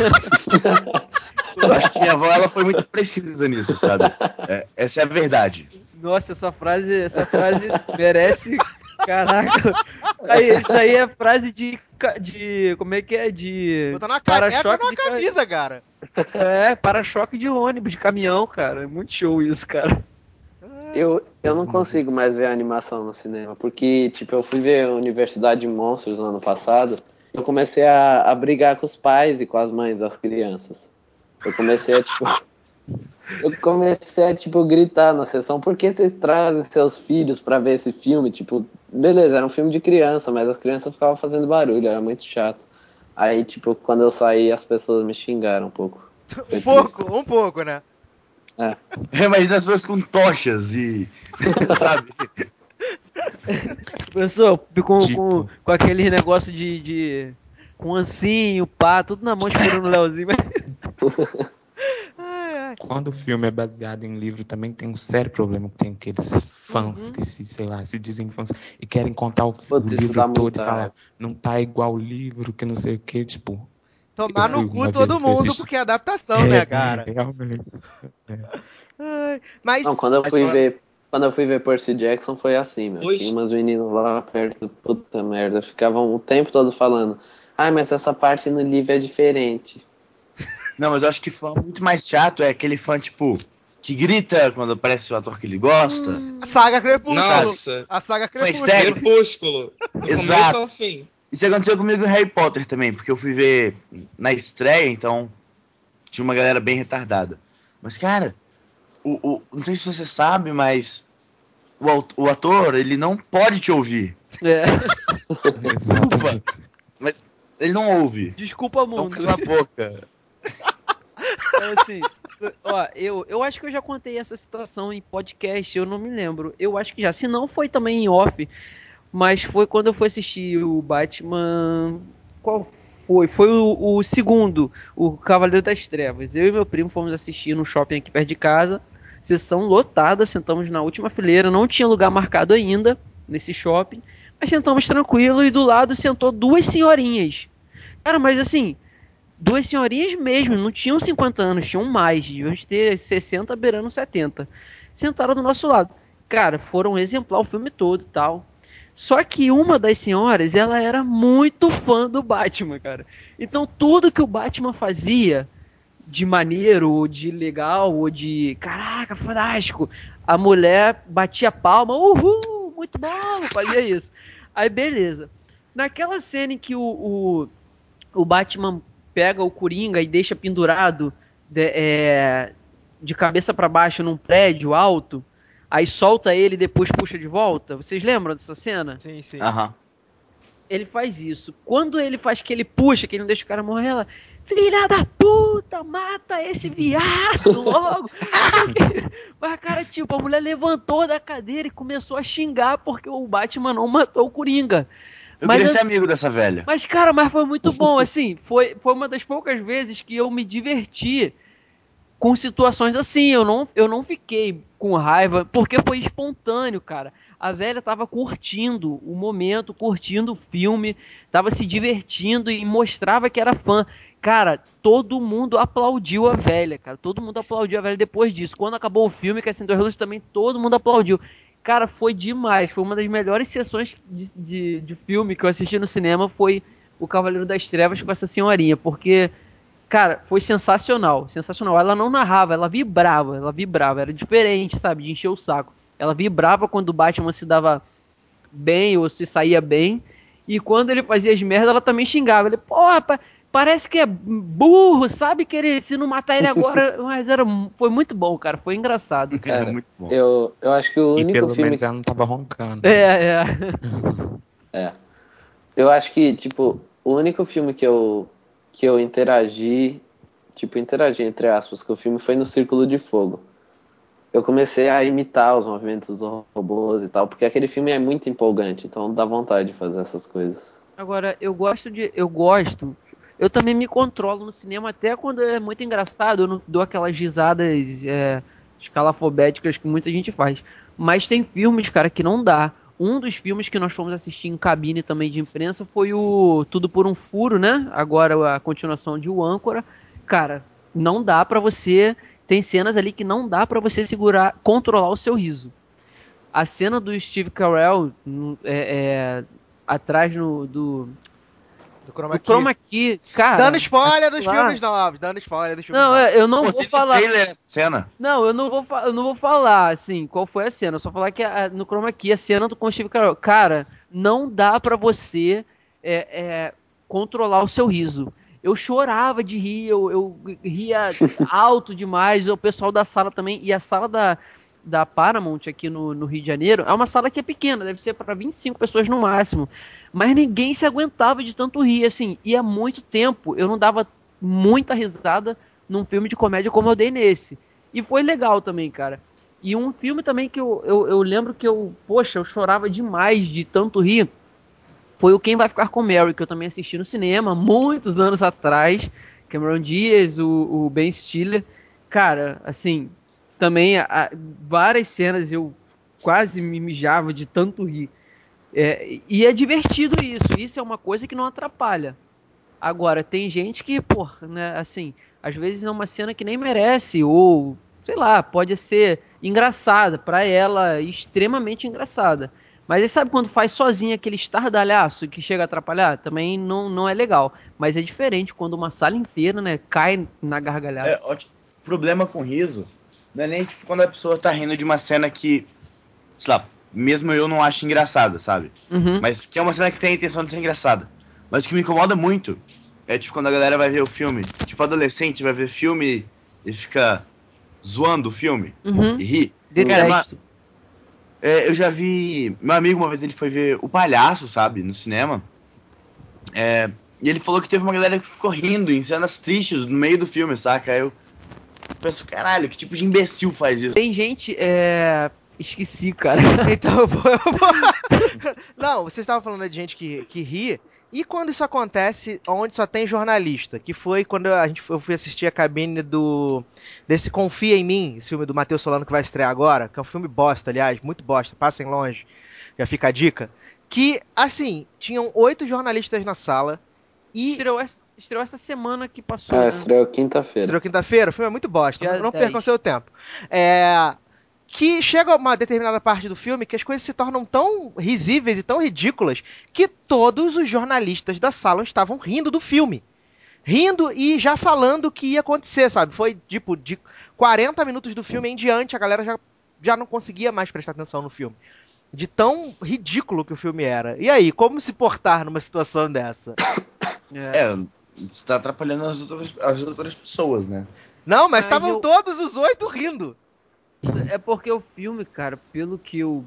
Eu acho que minha avó ela foi muito precisa nisso, sabe? É, essa é a verdade. Nossa, essa frase, essa frase merece. Caraca. Aí, isso aí é frase de. ca- de como é que é? De. Botar na caneca ou Para-choque numa de. ca- camisa, cara. É, para-choque de ônibus, de caminhão, cara. É muito show isso, cara. Eu, eu não consigo mais ver animação no cinema, porque, tipo, eu fui ver Universidade de Monstros no ano passado, eu comecei a, a brigar com os pais e com as mães das crianças. Eu comecei a, tipo... Eu comecei a, tipo, gritar na sessão, por que vocês trazem seus filhos pra ver esse filme? Tipo, beleza, era um filme de criança, mas as crianças ficavam fazendo barulho, era muito chato. Aí, tipo, quando eu saí, as pessoas me xingaram um pouco. Foi Um pouco, triste. um pouco, né? É. Imagina as pessoas com tochas e. Sabe? Pessoal, com, com, Tipo, com aquele negócio de, de. com ancinho, pá, tudo na mão esperando o Leozinho. Quando o filme é baseado em livro, também tem um sério problema, que tem aqueles fãs Uhum. que se, sei lá, se dizem fãs e querem contar o, fi- o Putz, isso livro dá todo muita e falar, raiva. não tá igual o livro, que não sei o que, tipo, Tomar eu fui no cu uma todo vez fui mundo, assistir. porque é adaptação, né, É, cara? realmente. Ai, Não, quando mas. eu Mas fui fala- ver, quando eu fui ver Percy Jackson foi assim, meu. Oi? Tinha umas meninas lá perto, puta merda, ficavam o tempo todo falando, ai, mas essa parte no livro é diferente. Não, mas eu acho que fã muito mais chato é aquele fã, tipo, que grita quando aparece o ator que ele gosta. A saga Crepúsculo. Nossa, A saga Mas Crepúsculo. sério? Crepúsculo. Do começo Exato. ao fim. Isso aconteceu comigo em Harry Potter também, porque eu fui ver na estreia, então tinha uma galera bem retardada. Mas, cara, o, o- não sei se você sabe, mas o, au- o ator, ele não pode te ouvir. É. Exatamente. Mas ele não ouve. Desculpa, Então mundo. cala a boca. Mas assim, ó, eu, eu acho que eu já contei essa situação em podcast, eu não me lembro. Eu acho que já. Se não, foi também em off, mas foi quando eu fui assistir o Batman. Qual foi? Foi o, o segundo, o Cavaleiro das Trevas. Eu e meu primo fomos assistir no shopping aqui perto de casa. Sessão lotada, sentamos na última fileira, não tinha lugar marcado ainda nesse shopping, mas sentamos tranquilo e do lado sentou duas senhorinhas. Cara, mas assim, duas senhorinhas mesmo, não tinham cinquenta anos, tinham mais, deviam ter sessenta beirando setenta. Sentaram do nosso lado. Cara, foram um exemplar o filme todo e tal. Só que uma das senhoras, ela era muito fã do Batman, cara. Então tudo que o Batman fazia, de maneiro, ou de legal, ou de caraca, fantástico, a mulher batia palma, uhul, muito bom, fazia isso. Aí beleza. Naquela cena em que o, o o Batman pega o Coringa e deixa pendurado de, é, de cabeça para baixo num prédio alto, aí solta ele e depois puxa de volta. Vocês lembram dessa cena? Sim, sim. Aham. Ele faz isso. Quando ele faz que ele puxa, que ele não deixa o cara morrer, ela, filha da puta, mata esse viado logo. Mas, cara, tipo, a mulher levantou da cadeira e começou a xingar porque o Batman não matou o Coringa. Eu Mas queria ser assim, amigo dessa velha. mas, cara, mas foi muito bom, assim, foi, foi uma das poucas vezes que eu me diverti com situações assim, eu não, eu não fiquei com raiva, porque foi espontâneo, cara. A velha tava curtindo o momento, curtindo o filme, tava se divertindo e mostrava que era fã. Cara, todo mundo aplaudiu a velha, cara. Todo mundo aplaudiu a velha depois disso. Quando acabou o filme, que é assim, dois luzes também, todo mundo aplaudiu. Cara, foi demais. Foi uma das melhores sessões de, de, de filme que eu assisti no cinema. Foi o Cavaleiro das Trevas com essa senhorinha, porque cara, foi sensacional, sensacional. Ela não narrava, ela vibrava, ela vibrava, era diferente, sabe, de encher o saco. Ela vibrava quando o Batman se dava bem ou se saía bem, e quando ele fazia as merdas, ela também xingava. Ele, porra, pa- parece que é burro, sabe que ele, se não matar ele agora, mas era, foi muito bom, cara, foi engraçado. É Cara, muito bom. eu, eu acho que o E único pelo filme. menos ela não tava roncando. É, é. É. Eu acho que, tipo, o único filme que eu, que eu interagi, tipo, interagi entre aspas, com o filme foi no Círculo de Fogo. Eu comecei a imitar os movimentos dos robôs e tal, porque aquele filme é muito empolgante, então dá vontade de fazer essas coisas. Agora, eu gosto de. Eu gosto. Eu também me controlo no cinema, até quando é muito engraçado, eu não dou aquelas risadas é, escalafobéticas que muita gente faz. Mas tem filmes, cara, que não dá. Um dos filmes que nós fomos assistir em cabine também de imprensa foi o Tudo por um Furo, né? Agora a continuação de O Âncora. Cara, não dá pra você. Tem cenas ali que não dá pra você segurar, controlar o seu riso. A cena do Steve Carell hum, é, é, atrás no, do, Do Chroma do Key. Chroma Key, cara. Dando spoiler dos lá- filmes novos, dando spoiler dos filmes Não, novos. é, eu não Pô, vou teve falar. trailer essa cena. Não, eu não vou, fa- eu não vou falar assim qual foi a cena. Eu só falar que a- no Chroma Key a cena do com o Steve Carell, cara, não dá pra você é, é, controlar o seu riso. Eu chorava de rir, eu, eu ria alto demais, o pessoal da sala também, e a sala da, da Paramount aqui no, no Rio de Janeiro é uma sala que é pequena, deve ser para vinte e cinco pessoas no máximo, mas ninguém se aguentava de tanto rir, assim, e há muito tempo eu não dava muita risada num filme de comédia como eu dei nesse. E foi legal também, cara. E um filme também que eu, eu, eu lembro que eu, poxa, eu chorava demais de tanto rir, foi o Quem Vai Ficar com Mary, que eu também assisti no cinema, muitos anos atrás. Cameron Diaz, o, o Ben Stiller. Cara, assim, também a, várias cenas eu quase me mijava de tanto rir. É, e é divertido isso, isso é uma coisa que não atrapalha. Agora, tem gente que, pô, né, assim, às vezes é uma cena que nem merece, ou, sei lá, pode ser engraçada, pra ela, extremamente engraçada. Mas aí sabe quando faz sozinho aquele estardalhaço que chega a atrapalhar? Também não, não é legal. Mas é diferente quando uma sala inteira, né, cai na gargalhada. É, ótimo. O problema com riso não é nem tipo quando a pessoa tá rindo de uma cena que, sei lá, mesmo eu não acho engraçada, sabe? Uhum. Mas que é uma cena que tem a intenção de ser engraçada. Mas o que me incomoda muito é tipo quando a galera vai ver o filme, tipo adolescente vai ver filme e fica zoando o filme Uhum. e ri. Detesto. Cara, mas, é, eu já vi. Meu amigo uma vez ele foi ver O Palhaço, sabe, no cinema. É, e ele falou que teve uma galera que ficou rindo em cenas tristes no meio do filme, saca? Aí eu penso, caralho, que tipo de imbecil faz isso? Tem gente, é... Esqueci, cara. Então eu vou. Eu vou... Não, vocês estavam falando de gente que, que ri. E quando isso acontece onde só tem jornalista? Que foi quando a gente, eu fui assistir a cabine do. Desse Confia em Mim, esse filme do Matheus Solano que vai estrear agora. Que é um filme bosta, aliás, muito bosta. Passem longe. Já fica a dica. Que, assim, tinham oito jornalistas na sala. E. Estreou essa, estreou essa semana que passou, Ah, né? estreou quinta-feira. Estreou quinta-feira? O filme é muito bosta. Dia Não, não dez. percam seu tempo. É. Que chega uma determinada parte do filme que as coisas se tornam tão risíveis e tão ridículas que todos os jornalistas da sala estavam rindo do filme. Rindo e já falando o que ia acontecer, sabe? Foi, tipo, de quarenta minutos do filme em diante, a galera já, já não conseguia mais prestar atenção no filme. De tão ridículo que o filme era. E aí, como se portar numa situação dessa? É. É, você tá atrapalhando as outras, as outras pessoas, né? Não, mas Mas estavam eu- todos os oito rindo. É porque o filme, cara, pelo que eu,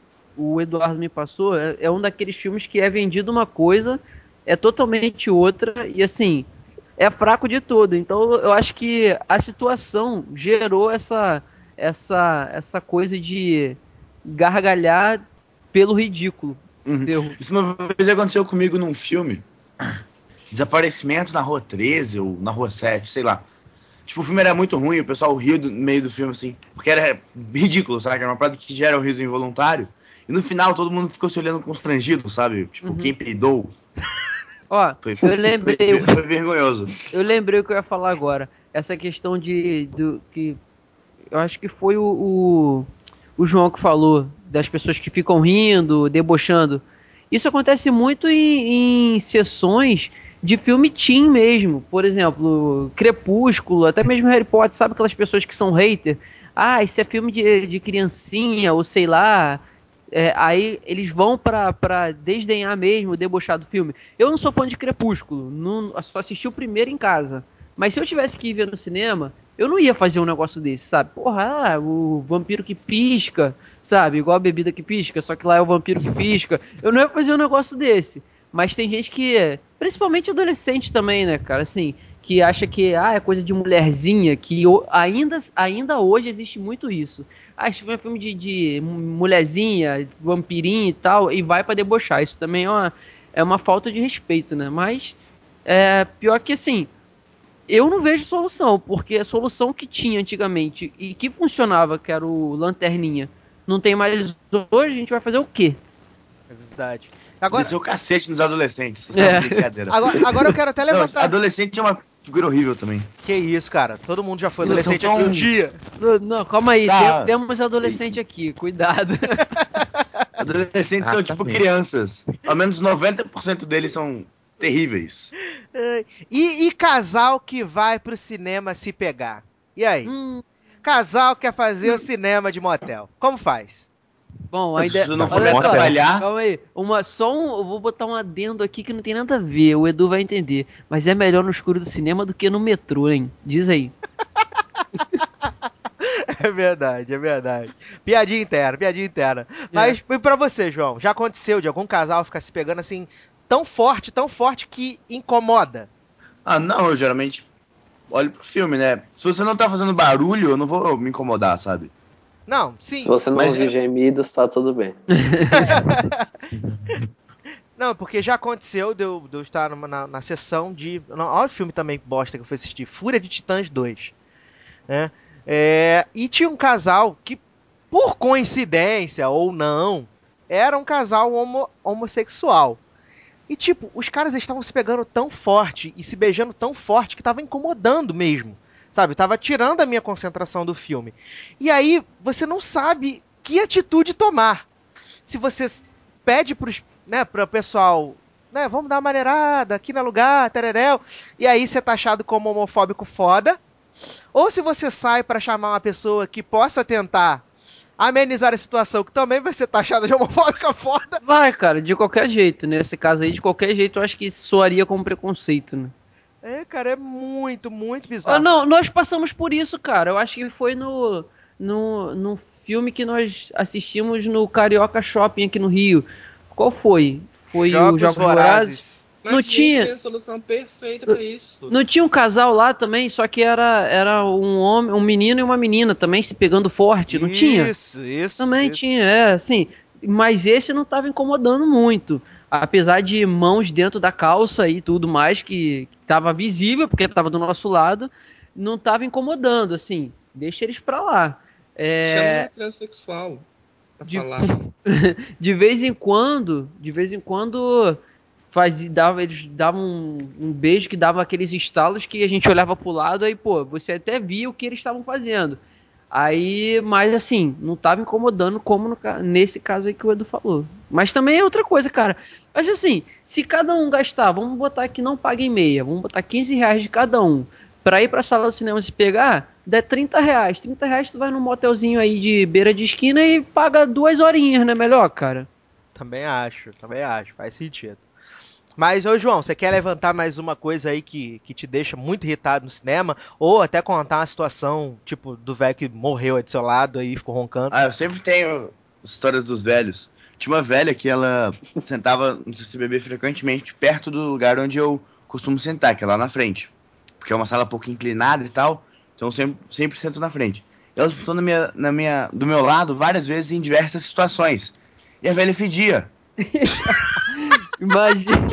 o Eduardo me passou, é, é um daqueles filmes que é vendido uma coisa, é totalmente outra, e assim, é fraco de todo. Então eu acho que a situação gerou essa, essa, essa coisa de gargalhar pelo ridículo. Uhum. Entendeu? Isso uma vez aconteceu comigo num filme. Desaparecimento na Rua treze ou na Rua sete, sei lá. Tipo, o filme era muito ruim, o pessoal riu no meio do filme, assim, porque era ridículo, sabe? Era uma parada que gera um riso involuntário. E no final todo mundo ficou se olhando constrangido, sabe? Tipo, Uhum. quem peidou. Ó, Foi, eu lembrei, foi, foi vergonhoso. eu lembrei o que eu ia falar agora. Essa questão de do que eu acho que foi o, o, o João que falou das pessoas que ficam rindo, debochando. Isso acontece muito em, em sessões de filme teen mesmo. Por exemplo, Crepúsculo, até mesmo Harry Potter, sabe aquelas pessoas que são hater? Ah, isso é filme de, de criancinha, ou sei lá. É, aí eles vão pra, pra desdenhar mesmo, debochar do filme. Eu não sou fã de Crepúsculo, não, só assisti o primeiro em casa. Mas se eu tivesse que ir ver no cinema, eu não ia fazer um negócio desse, sabe? Porra, ah, o vampiro que pisca, sabe? Igual a bebida que pisca, só que lá é o vampiro que pisca. Eu não ia fazer um negócio desse. Mas tem gente que, principalmente adolescente também, né, cara, assim, que acha que ah, é coisa de mulherzinha, que o- ainda, ainda hoje existe muito isso. Ah, esse filme é filme de, de mulherzinha, vampirinho e tal, e vai pra debochar. Isso também é uma, é uma falta de respeito, né? Mas, é, pior que assim, eu não vejo solução, porque a solução que tinha antigamente e que funcionava, que era o Lanterninha, não tem mais hoje, a gente vai fazer o quê? É verdade. Agora, Desceu o cacete nos adolescentes. É. Não, brincadeira. agora, agora eu quero até Não, levantar. adolescente é uma figura horrível também. Que isso, cara. Todo mundo já foi Eles adolescente são aqui um tão- dia. Não, não, calma aí, Tá. tem- temos adolescente aqui, cuidado. Adolescentes são tipo Exatamente. crianças. Ao menos noventa por cento deles são terríveis. E, e casal que vai pro cinema se pegar? E aí? Hum, Casal quer fazer o cinema de motel. Como faz? bom, Mas ainda. se não for Olha me só, atrapalhar- calma aí. Uma, só um, eu vou botar um adendo aqui que não tem nada a ver, o Edu vai entender. Mas é melhor no escuro do cinema do que no metrô, hein? Diz aí. É verdade, é verdade. Piadinha interna, piadinha interna. Mas e pra você, João? Já aconteceu de algum casal ficar se pegando assim tão forte, tão forte que incomoda? Ah, não, eu geralmente olho pro filme, né? Se você não tá fazendo barulho, eu não vou me incomodar, sabe? Não, Se sim. você não Mas ouvir é- gemidos, tá tudo bem. Não, porque já aconteceu de eu, de eu estar numa- na, na sessão de. Não, olha o filme também bosta que eu fui assistir: Fúria de Titãs dois. Né? É, e tinha um casal que, por coincidência ou não, era um casal homo- homossexual. E, tipo, os caras estavam se pegando tão forte e se beijando tão forte que tava incomodando mesmo. Sabe? Tava tirando a minha concentração do filme. E aí, você não sabe que atitude tomar. Se você pede pros, né, pro pessoal, né, vamos dar uma maneirada aqui no lugar, tereréu, e aí você é taxado como homofóbico foda, ou se você sai pra chamar uma pessoa que possa tentar amenizar a situação, que também vai ser taxada de homofóbica foda. Vai, cara, de qualquer jeito. Nesse caso aí, de qualquer jeito, eu acho que soaria como preconceito, né? É, cara, é muito, muito Ah, bizarro. não, nós passamos por isso, cara. Eu acho que foi no, no, no filme que nós assistimos no Carioca Shopping aqui no Rio. Qual foi? Foi o Jogos Jogos Vorazes? Vorazes. Mas, Não gente, tinha. tem a solução perfeita pra isso. Não tinha um casal lá também, só que era, era um homem, um menino e uma menina também se pegando forte, não tinha? Isso, isso, Também isso. tinha, é, assim, mas esse não tava incomodando muito. Apesar de mãos dentro da calça e tudo mais, que tava visível, porque tava do nosso lado, não tava incomodando, assim, deixa eles pra lá. Chama É, um transexual pra de, falar. de vez em quando, de vez em quando fazia, dava, eles davam um, um beijo que dava aqueles estalos que a gente olhava pro lado aí, pô, você até via o que eles estavam fazendo. Aí, mas assim, não tava incomodando como no, ca- nesse caso aí que o Edu falou. Mas também é outra coisa, cara. Mas assim, se cada um gastar, vamos botar que não paguem meia, vamos botar quinze reais de cada um, pra ir pra sala do cinema se pegar, der trinta reais. trinta reais tu vai num motelzinho aí de beira de esquina e paga duas horinhas, né? Melhor, cara. Também acho, também acho, faz sentido. Mas, ô João, você quer levantar mais uma coisa aí que, que te deixa muito irritado no cinema? Ou até contar uma situação, tipo, do velho que morreu aí do seu lado aí, ficou roncando? Ah, eu sempre tenho histórias dos velhos. Tinha uma velha que ela sentava no C C B B frequentemente perto do lugar onde eu costumo sentar, que é lá na frente. Porque é uma sala pouco inclinada e tal, então eu sempre, sempre sento na frente. Ela sentou na minha, na minha, do meu lado várias vezes em diversas situações. E a velha fedia. Imagina.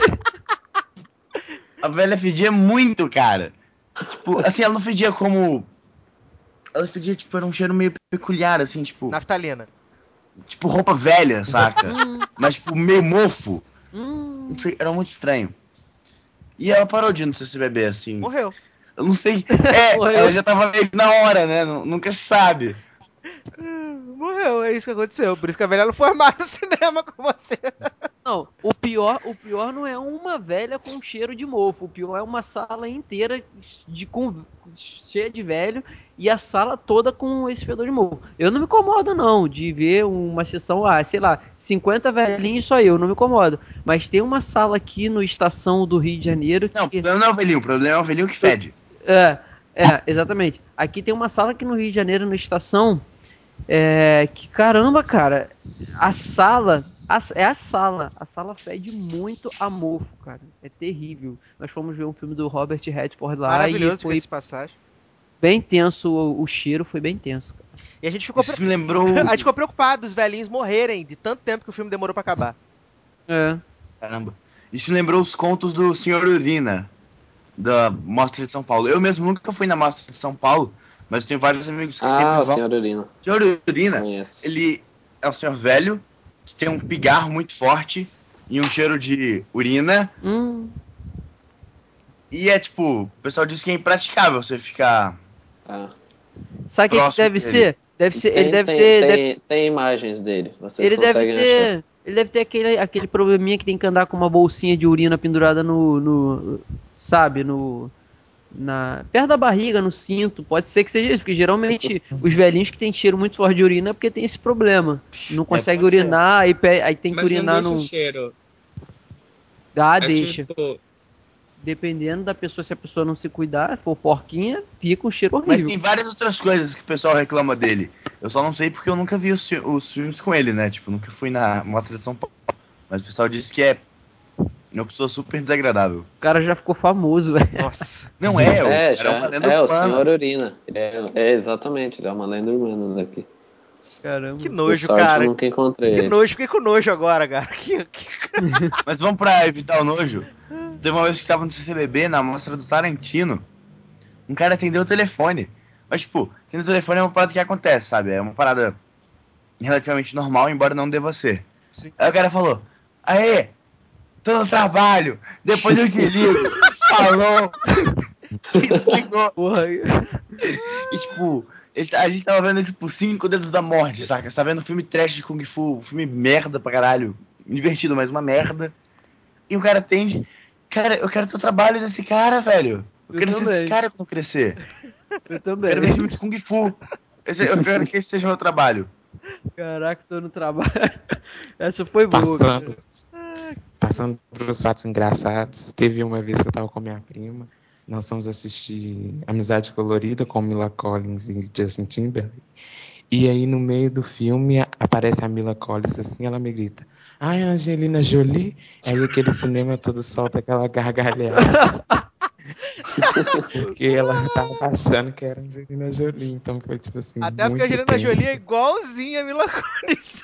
A velha fedia muito, cara. Tipo, assim, ela não fedia como. Ela fedia, tipo, era um cheiro meio peculiar, assim, tipo. Naftalina. Tipo roupa velha, saca? Hum, Mas, tipo, meio mofo. Não hum. sei, era muito estranho. E ela parou de ir no C C B B, assim. Morreu. Eu não sei. É, Morreu. ela já tava meio que na hora, né? Nu- Nunca se sabe. Morreu, é isso que aconteceu. Por isso que a velha não foi mais no cinema com você. Não, o pior, o pior não é uma velha com cheiro de mofo. O pior é uma sala inteira de, com, cheia de velho e a sala toda com esse fedor de mofo. Eu não me incomodo, não, de ver uma sessão, ah, sei lá, cinquenta velhinhos só eu, não me incomodo. Mas tem uma sala aqui no Estação do Rio de Janeiro Não, o que. problema não é o velhinho, o problema é o velhinho que fede. É, é, exatamente. Aqui tem uma sala aqui no Rio de Janeiro, no Estação, é, que caramba, cara, a sala, a- é a sala, a sala fede muito a mofo, cara, é terrível. Nós fomos ver um filme do Robert Redford lá e Maravilhoso, foi diga-se de passagem. bem tenso, o, o cheiro foi bem tenso, cara. E a gente ficou, pre- Isso me lembrou. a gente ficou preocupado, os velhinhos morrerem de tanto tempo que o filme demorou pra acabar. É. Caramba. Isso me lembrou os contos do senhor Urina, da Mostra de São Paulo. Eu mesmo nunca fui na Mostra de São Paulo, mas eu tenho vários amigos que Ah, sempre o vão. senhor Urina. O senhor Urina, Conheço. ele é um senhor velho, que tem um pigarro muito forte e um cheiro de urina. Hum, E é tipo, o pessoal diz que é impraticável você ficar Ah. sabe o que que próximo deve dele. ser? Deve ser, ele Tem, deve tem, ter, deve- tem, tem imagens dele. Vocês ele deve conseguem achar. ter, ele deve ter aquele, aquele probleminha que tem que andar com uma bolsinha de urina pendurada no, no sabe, no na perto da barriga, no cinto, pode ser que seja isso, porque geralmente os velhinhos que têm cheiro muito forte de urina é porque tem esse problema. Não É, consegue pode ser. urinar, aí, pe- aí tem que Mas não urinar deixa num. cheiro. Ah, É deixa. tipo, Dependendo da pessoa, se a pessoa não se cuidar, for porquinha, fica um cheiro Mas horrível. tem várias outras coisas que o pessoal reclama dele. Eu só não sei porque eu nunca vi os, fi- os filmes com ele, né? Tipo, nunca fui na Mostra de São Paulo. Mas o pessoal disse que é uma pessoa super desagradável. O cara já ficou famoso, velho. Nossa. Não é, o É, cara é uma já. lenda É, o urbana. senhor Urina. É, é, exatamente, ele é uma lenda urbana daqui. Caramba. Que Por nojo, sorte, cara. eu nunca encontrei Que esse. nojo, fiquei com nojo agora, cara. Que, que... Mas vamos pra evitar o nojo. Teve uma vez que tava no C C B B, na mostra do Tarantino. Um cara atendeu o telefone. Mas, tipo, atender o telefone é uma parada que acontece, sabe? É uma parada relativamente normal, embora não deva ser. Sim. Aí o cara falou: Aê, tô no trabalho, depois eu te ligo. Falou. E desligou. Porra. E, tipo, ele- a gente tava vendo, tipo, Cinco Dedos da Morte, saca? Você tá vendo um filme trash de Kung Fu, um filme merda pra caralho. Divertido, mas uma merda. E o cara atende. Cara, eu quero ter o trabalho desse cara, velho. Eu, Eu quero ser esse também. cara quando eu crescer. Eu Eu também. quero ver filme de Kung Fu. Esse- eu quero que esse seja o meu trabalho. Caraca, tô no trabalho. Essa foi boa. Passando, cara. passando por os fatos engraçados, teve uma vez que eu tava com minha prima, nós fomos assistir Amizade Colorida com Mila Collins e Justin Timberlake. E aí, no meio do filme, a- aparece a Mila Collins assim, ela me grita: Ai, Angelina Jolie. Aí aquele cinema todo solta aquela gargalhada, porque ela tava achando que era Angelina Jolie. Então foi, tipo assim, Até porque a muito Angelina Jolie é tenso. igualzinha a Mila Kunis.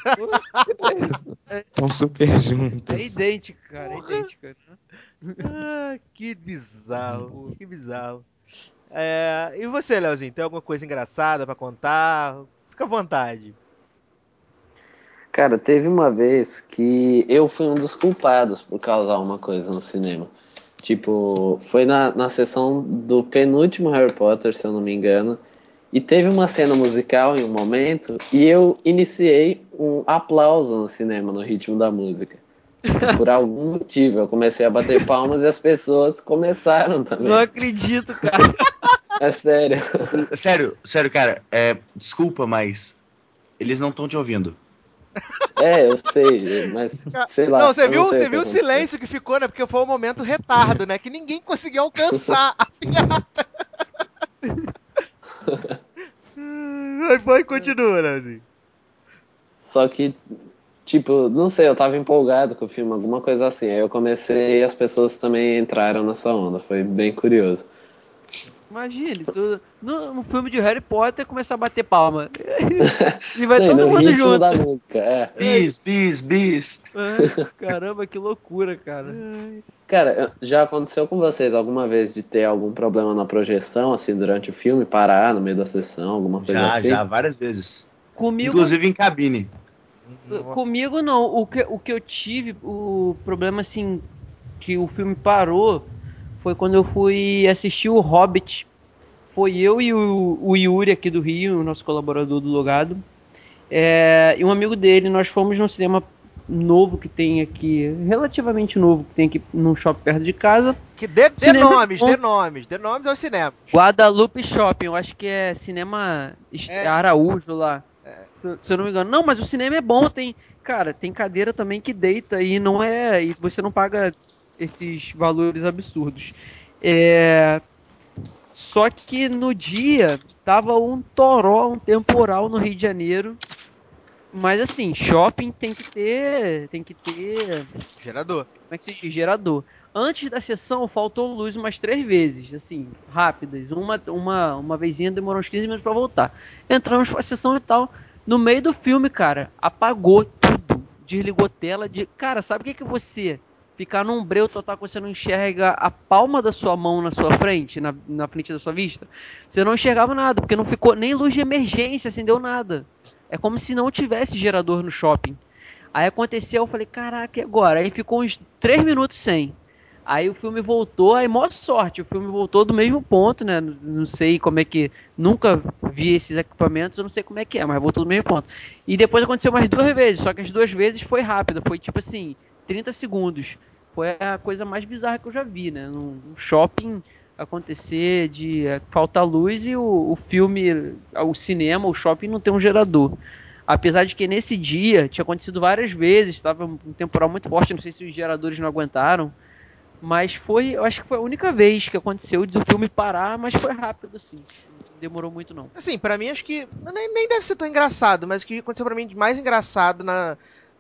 Estão super É juntos. idêntico, cara. É Porra. idêntico. Ah, que bizarro, que bizarro. É, e você, Leozinho, tem alguma coisa engraçada pra contar? Fica à vontade. Cara, teve uma vez que eu fui um dos culpados por causar uma coisa no cinema. Tipo, foi na, na sessão do penúltimo Harry Potter, se eu não me engano, e teve uma cena musical em um momento, e eu iniciei um aplauso no cinema, no ritmo da música. Tipo, por algum motivo, eu comecei a bater palmas e as pessoas começaram Não também. acredito, cara. É sério. Sério, sério, cara, é, desculpa, mas eles não estão te ouvindo. É, eu sei, mas sei Não, lá, você eu não viu, sei você o que viu o aconteceu. silêncio que ficou, né? Porque foi o momento retardo, né? Que ninguém conseguiu alcançar a piada. Aí foi e continua, Leozinho. Só que, tipo, não sei, eu tava empolgado com o filme, alguma coisa assim. Aí eu comecei e as pessoas também entraram nessa onda. Foi bem curioso. Imagine, tu, no, no filme de Harry Potter começar a bater palma. E vai Não, e todo no mundo ritmo junto. da música, é. Ai, Bis, bis, bis. ai, caramba, que loucura, cara. Cara, já aconteceu com vocês alguma vez de ter algum problema na projeção, assim, durante o filme, parar no meio da sessão, alguma coisa Já, assim? já, várias vezes. Comigo, Inclusive em cabine. Nossa. comigo não. O que, o que eu tive, o problema assim, que o filme parou, foi quando eu fui assistir o Hobbit. Foi eu e o, o Yuri aqui do Rio, o nosso colaborador do Logado. É, e um amigo dele, nós fomos num cinema novo que tem aqui, relativamente novo, que tem aqui num shopping perto de casa. Que dê, dê Cinema nomes, bom. dê nomes, dê nomes ao cinema. Guadalupe Shopping, eu acho que é cinema É. Araújo lá. Se- Se eu não me engano. Não, mas o cinema é bom, tem. Cara, tem cadeira também que deita e não é. E você não paga esses valores absurdos. É. Só que no dia tava um toró, um temporal no Rio de Janeiro. Mas assim, shopping tem que ter. Tem que ter. Gerador. Como é que se diz? Gerador. Antes da sessão, faltou luz umas três vezes, assim, rápidas. Uma, uma, uma vezinha demorou uns quinze minutos pra voltar. Entramos pra sessão e tal. No meio do filme, cara, apagou tudo. Desligou tela. De... Cara, sabe o que que você ficar num breu total que você não enxerga a palma da sua mão na sua frente, na, na frente da sua vista? Você não enxergava nada, porque não ficou nem luz de emergência, acendeu nada. É como se não tivesse gerador no shopping. Aí aconteceu, eu falei, caraca, e agora? Aí ficou uns três minutos sem. Aí o filme voltou, aí maior sorte, o filme voltou do mesmo ponto, né? Não sei como é que. Nunca vi esses equipamentos, eu não sei como é que é, mas voltou do mesmo ponto. E depois aconteceu mais duas vezes, só que as duas vezes foi rápido, foi tipo assim, trinta segundos. Foi a coisa mais bizarra que eu já vi, né? Num shopping acontecer de é, faltar luz e o, o filme, o cinema, o shopping não tem um gerador. Apesar de que nesse dia tinha acontecido várias vezes, estava um temporal muito forte, não sei se os geradores não aguentaram, mas foi, eu acho que foi a única vez que aconteceu do filme parar, mas foi rápido assim, não demorou muito não. Assim, pra mim acho que nem, nem deve ser tão engraçado, mas o que aconteceu pra mim de mais engraçado na,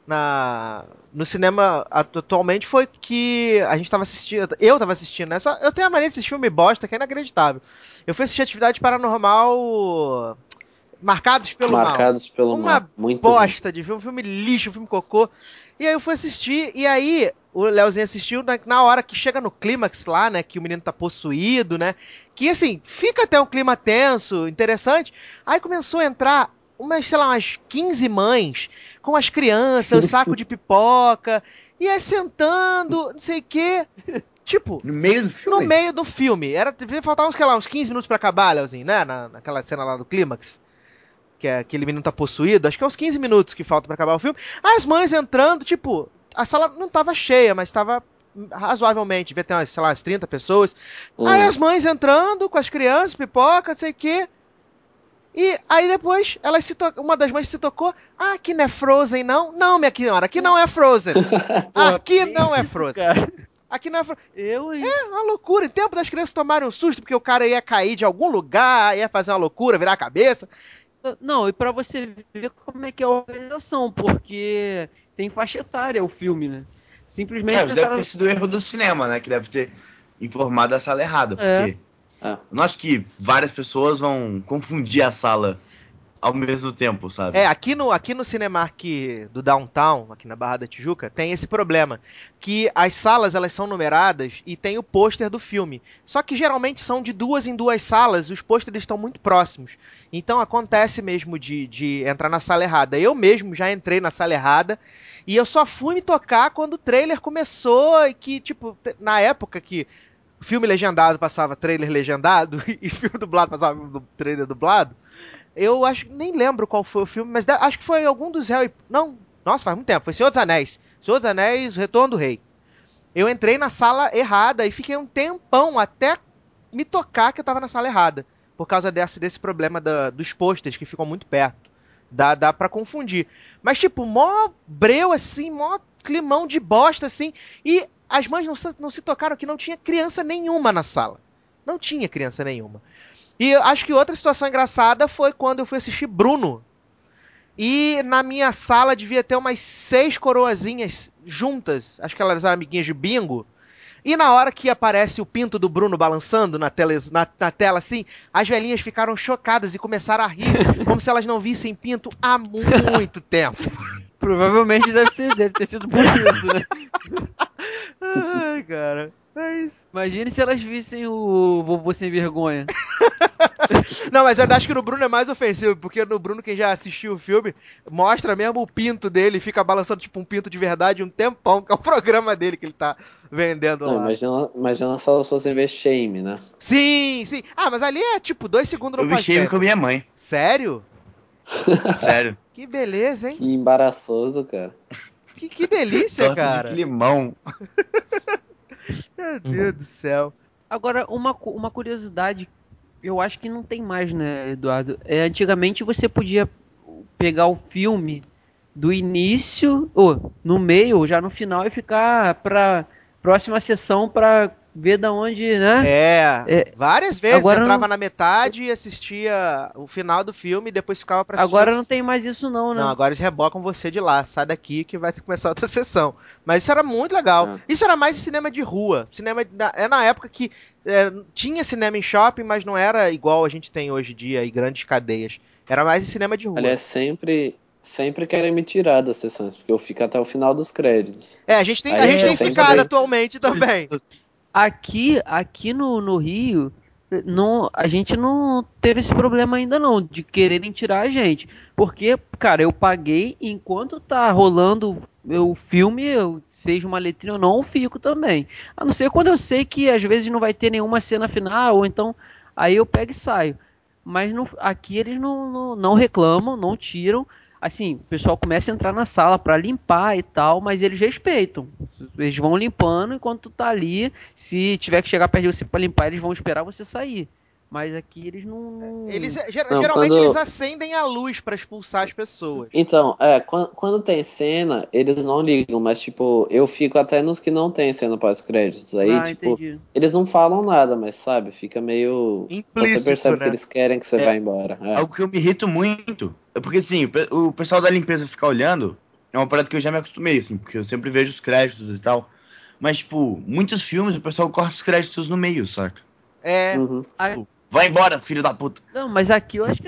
na no cinema atualmente foi que a gente tava assistindo, eu tava assistindo, né? Só, eu tenho a mania de assistir filme bosta que é inacreditável. Eu fui assistir Atividade Paranormal Marcados pelo Mal. Marcados pelo Uma Mal. Muito bom. bosta de filme, um filme lixo, um filme cocô. E aí eu fui assistir, e aí o Leozinho assistiu na, na hora que chega no clímax lá, né, que o menino tá possuído, né, que assim, fica até um clima tenso, interessante. Aí começou a entrar umas, sei lá, umas quinze mães com as crianças, o saco de pipoca, e aí sentando, não sei o quê. Tipo, No meio do filme? no meio do filme. Era, devia faltar uns, sei lá, uns quinze minutos pra acabar, Leozinho, né? Na, naquela cena lá do clímax. Que é, aquele menino tá possuído. Acho que é uns quinze minutos que faltam pra acabar o filme. As mães entrando, tipo, a sala não tava cheia, mas tava razoavelmente. Devia ter umas, sei lá, umas trinta pessoas. Hum. Aí as mães entrando com as crianças, pipoca, não sei o quê. E aí depois, ela se to... uma das mães se tocou. Ah, aqui não é Frozen, não? Não, minha senhora, aqui não é Frozen. Pô, Aqui que não é isso, Frozen. cara? Aqui não é Frozen. Eu, hein? É uma loucura. Em tempo das crianças tomarem um susto porque o cara ia cair de algum lugar, ia fazer uma loucura, virar a cabeça. Não, e pra você ver como é que é a organização, porque tem faixa etária o filme, né? Simplesmente É, mas deve tentaram... ter sido erro do cinema, né? Que deve ter informado a sala errada. É. Porque É. eu não acho que várias pessoas vão confundir a sala ao mesmo tempo, sabe? É, aqui no, aqui no Cinemark do Downtown, aqui na Barra da Tijuca, tem esse problema, que as salas elas são numeradas e tem o pôster do filme. Só que geralmente são de duas em duas salas, e os pôsteres estão muito próximos. Então acontece mesmo de, de entrar na sala errada. Eu mesmo já entrei na sala errada e eu só fui me tocar quando o trailer começou e que, tipo, te- na época que filme legendado passava trailer legendado e filme dublado passava trailer dublado, eu acho, nem lembro qual foi o filme, mas da- acho que foi algum dos Harry. Não, nossa, faz muito tempo. Foi Senhor dos Anéis. Senhor dos Anéis, o Retorno do Rei. Eu entrei na sala errada e fiquei um tempão até me tocar que eu tava na sala errada. Por causa desse, desse problema da- dos posters que ficam muito perto. Dá, dá pra confundir. Mas, tipo, mó breu assim, mó climão de bosta assim. E as mães não se, não se tocaram que não tinha criança nenhuma na sala. Não tinha criança nenhuma. E eu acho que outra situação engraçada foi quando eu fui assistir Bruno. E na minha sala devia ter umas seis coroazinhas juntas. Acho que elas eram amiguinhas de bingo. E na hora que aparece o pinto do Bruno balançando na tela, na, na tela assim, as velhinhas ficaram chocadas e começaram a rir, como se elas não vissem pinto há muito tempo. Provavelmente deve, ser, deve ter sido por isso, né? Ai, cara. É isso. Imagine se elas vissem o Vovô Sem Vergonha. Não, mas eu acho que no Bruno é mais ofensivo, porque no Bruno, quem já assistiu o filme, mostra mesmo o pinto dele, fica balançando tipo um pinto de verdade um tempão, que é o programa dele que ele tá vendendo Não, lá. imagina, imagina se elas fossem ver Shame, né? Sim, sim. Ah, mas ali é tipo, dois segundos não Eu vi faz shame venda. com a minha mãe. Sério? Sério. Que beleza, hein? Que embaraçoso, cara. Que, que delícia, Torta de cara. climão. Meu Deus do céu. Agora, uma, cu- uma curiosidade, eu acho que não tem mais, né, Eduardo? É, antigamente você podia pegar o filme do início, ou no meio, ou já no final, e ficar pra próxima sessão pra ver da onde, né? É, É, várias vezes agora entrava não, na metade e assistia o final do filme e depois ficava pra assistir agora não outros. tem mais isso não, Não, né? agora eles rebocam você de lá. Sai daqui que vai começar outra sessão. Mas isso era muito legal. É. Isso era mais cinema de rua. Cinema na- é na época que é, tinha cinema em shopping, mas não era igual a gente tem hoje em dia em grandes cadeias. Era mais em cinema de rua. Aliás, sempre, sempre querem me tirar das sessões, porque eu fico até o final dos créditos. É, a gente tem, a Aí gente é tem sempre- ficado atualmente também. Aqui, aqui no, no Rio, não, a gente não teve esse problema ainda não, de quererem tirar a gente. Porque, cara, eu paguei, enquanto tá rolando o filme, eu, seja uma letrinha ou não, eu fico também. A não ser quando eu sei que às vezes não vai ter nenhuma cena final, ou então aí eu pego e saio. Mas no- aqui eles não, não, não reclamam, não tiram. Assim, o pessoal começa a entrar na sala pra limpar e tal, mas eles respeitam. Eles vão limpando enquanto tu tá ali. Se tiver que chegar perto de você pra limpar, eles vão esperar você sair. Mas aqui eles não. não- Eles, ger- Não, geralmente quando- eles acendem a luz pra expulsar as pessoas. Então, é, quando, quando tem cena, eles não ligam, mas, tipo, eu fico até nos que não tem cena pós-créditos. Aí, Ah, tipo, entendi. eles não falam nada, mas, sabe, fica meio. Você Implícito, percebe né? que eles querem que você É. vá embora. É. Algo que eu me irrito muito é porque, assim, o pe- o pessoal da limpeza ficar olhando é uma parada que eu já me acostumei, assim, porque eu sempre vejo os créditos e tal. Mas, tipo, muitos filmes o pessoal corta os créditos no meio, saca? É. Uhum. Ah, Tipo, vai embora, filho da puta. não, mas aqui eu acho que nunca aconteceu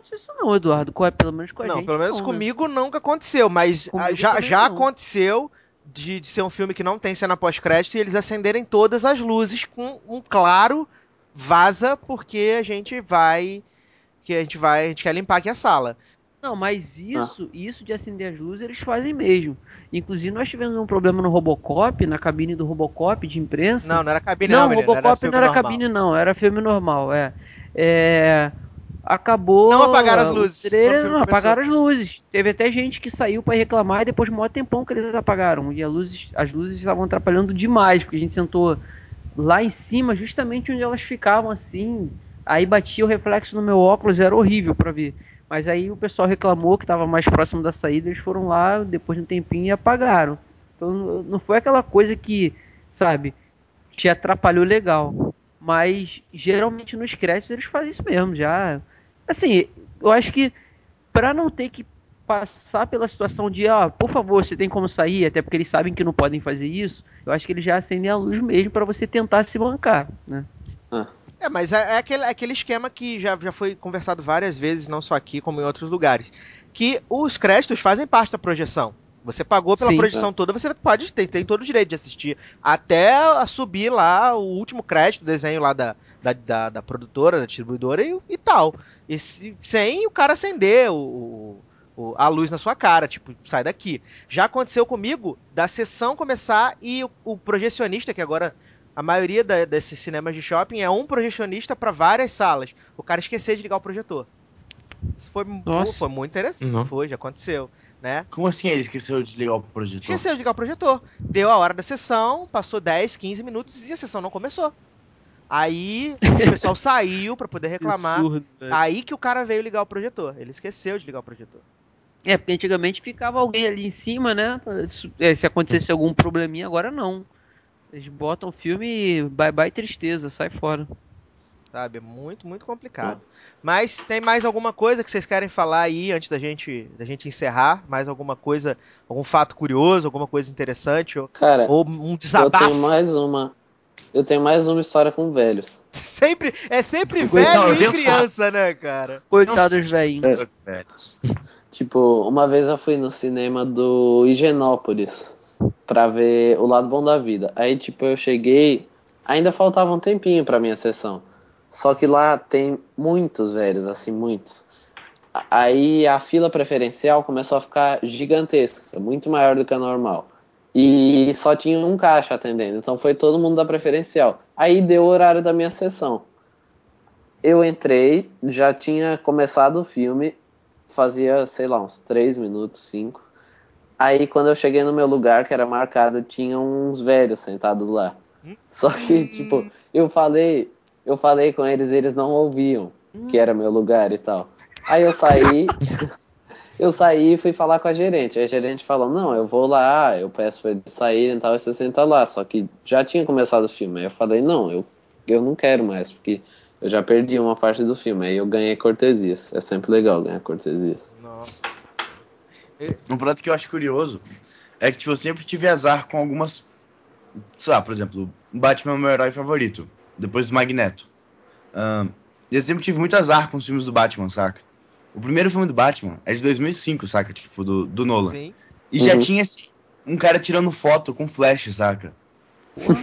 aconteceu isso não, Eduardo. Com, pelo menos com a Não, gente. pelo menos não, comigo nunca aconteceu, mas Comigo ah, já, também já não. aconteceu de, de ser um filme que não tem cena pós-crédito e eles acenderem todas as luzes com um claro vaza porque a gente vai que a gente vai, a gente quer limpar aqui a sala. Não, mas isso, isso de acender as luzes eles fazem mesmo. Inclusive nós tivemos um problema no Robocop, na cabine do Robocop de imprensa. Não, não era cabine Não, não, o menino, era Robocop filme não era normal. cabine não, era filme normal, é. É, acabou Não apagaram as o luzes quando o trailer, filme não, começou. apagaram as luzes. Teve até gente que saiu pra reclamar e depois de um maior tempão que eles apagaram. E a luzes, as luzes estavam atrapalhando demais, porque a gente sentou lá em cima, justamente onde elas ficavam assim. Aí batia o reflexo no meu óculos, era horrível pra ver. Mas aí o pessoal reclamou que estava mais próximo da saída, eles foram lá depois de um tempinho e apagaram. Então não foi aquela coisa que, sabe, te atrapalhou legal. Mas geralmente nos créditos eles fazem isso mesmo, já. Assim, eu acho que pra não ter que passar pela situação de, ah, por favor, você tem como sair, até porque eles sabem que não podem fazer isso, eu acho que eles já acendem a luz mesmo pra você tentar se bancar, né? Ah, É, mas é, é aquele, é aquele esquema que já, já foi conversado várias vezes, não só aqui, como em outros lugares. Que os créditos fazem parte da projeção. Você pagou pela Sim. projeção toda, você pode ter, tem todo o direito de assistir. Até a subir lá o último crédito, o desenho lá da, da, da, da produtora, da distribuidora e, e tal. E se- sem o cara acender o, o- a luz na sua cara, tipo, sai daqui. Já aconteceu comigo da sessão começar e o, o projecionista, que agora a maioria da- desses cinemas de shopping é um projecionista para várias salas. O cara esqueceu de ligar o projetor. Isso foi, pô, Nossa. foi muito interessante. Uhum. Foi, já aconteceu, né? Como assim ele esqueceu de ligar o projetor? Esqueceu de ligar o projetor. Deu a hora da sessão, passou dez, quinze minutos e a sessão não começou. Aí o pessoal saiu para poder reclamar. Absurdo, velho. Aí que o cara veio ligar o projetor. Ele esqueceu de ligar o projetor. É, porque antigamente ficava alguém ali em cima, né? Se é, se acontecesse algum probleminha, agora não. Eles botam o filme e bye bye tristeza, sai fora. Sabe? É muito, muito complicado. Mas tem mais alguma coisa que vocês querem falar aí antes da gente, da gente encerrar? Mais alguma coisa, algum fato curioso, alguma coisa interessante? Ou, cara, ou um eu tenho desabafo? mais uma. Eu tenho mais uma história com velhos. Sempre, é sempre Coitado, velho e eu criança, né, cara? Coitados velhinhos. É. Tipo, uma vez eu fui no cinema do Higienópolis pra ver O Lado Bom da Vida. Aí, tipo, eu cheguei, ainda faltava um tempinho pra minha sessão. Só que lá tem muitos velhos, assim, muitos. A- Aí a fila preferencial começou a ficar gigantesca, muito maior do que a normal. E só tinha um caixa atendendo, então foi todo mundo da preferencial. Aí deu o horário da minha sessão. Eu entrei, já tinha começado o filme, fazia, sei lá, uns três minutos, cinco. Aí quando eu cheguei no meu lugar, que era marcado, tinha uns velhos sentados lá. Só que, tipo, eu falei, eu falei com eles, eles não ouviam que era meu lugar e tal. Aí eu saí, eu saí e fui falar com a gerente. Aí a gerente falou, não, eu vou lá, eu peço pra eles saírem e tal, e você senta lá. Só que já tinha começado o filme. Aí eu falei, não, eu, eu não quero mais, porque eu já perdi uma parte do filme. Aí eu ganhei cortesias. É sempre legal ganhar cortesias. Nossa. Um prato que eu acho curioso é que tipo, eu sempre tive azar com algumas. Sei lá, por exemplo, o Batman é o meu herói favorito, depois do Magneto. Ahn, eu sempre tive muito azar com os filmes do Batman, saca? O primeiro filme do Batman é de dois mil e cinco, saca? Tipo, do, do Nolan. Sim. E já Uhum. tinha assim, um cara tirando foto com flash, saca? Porra.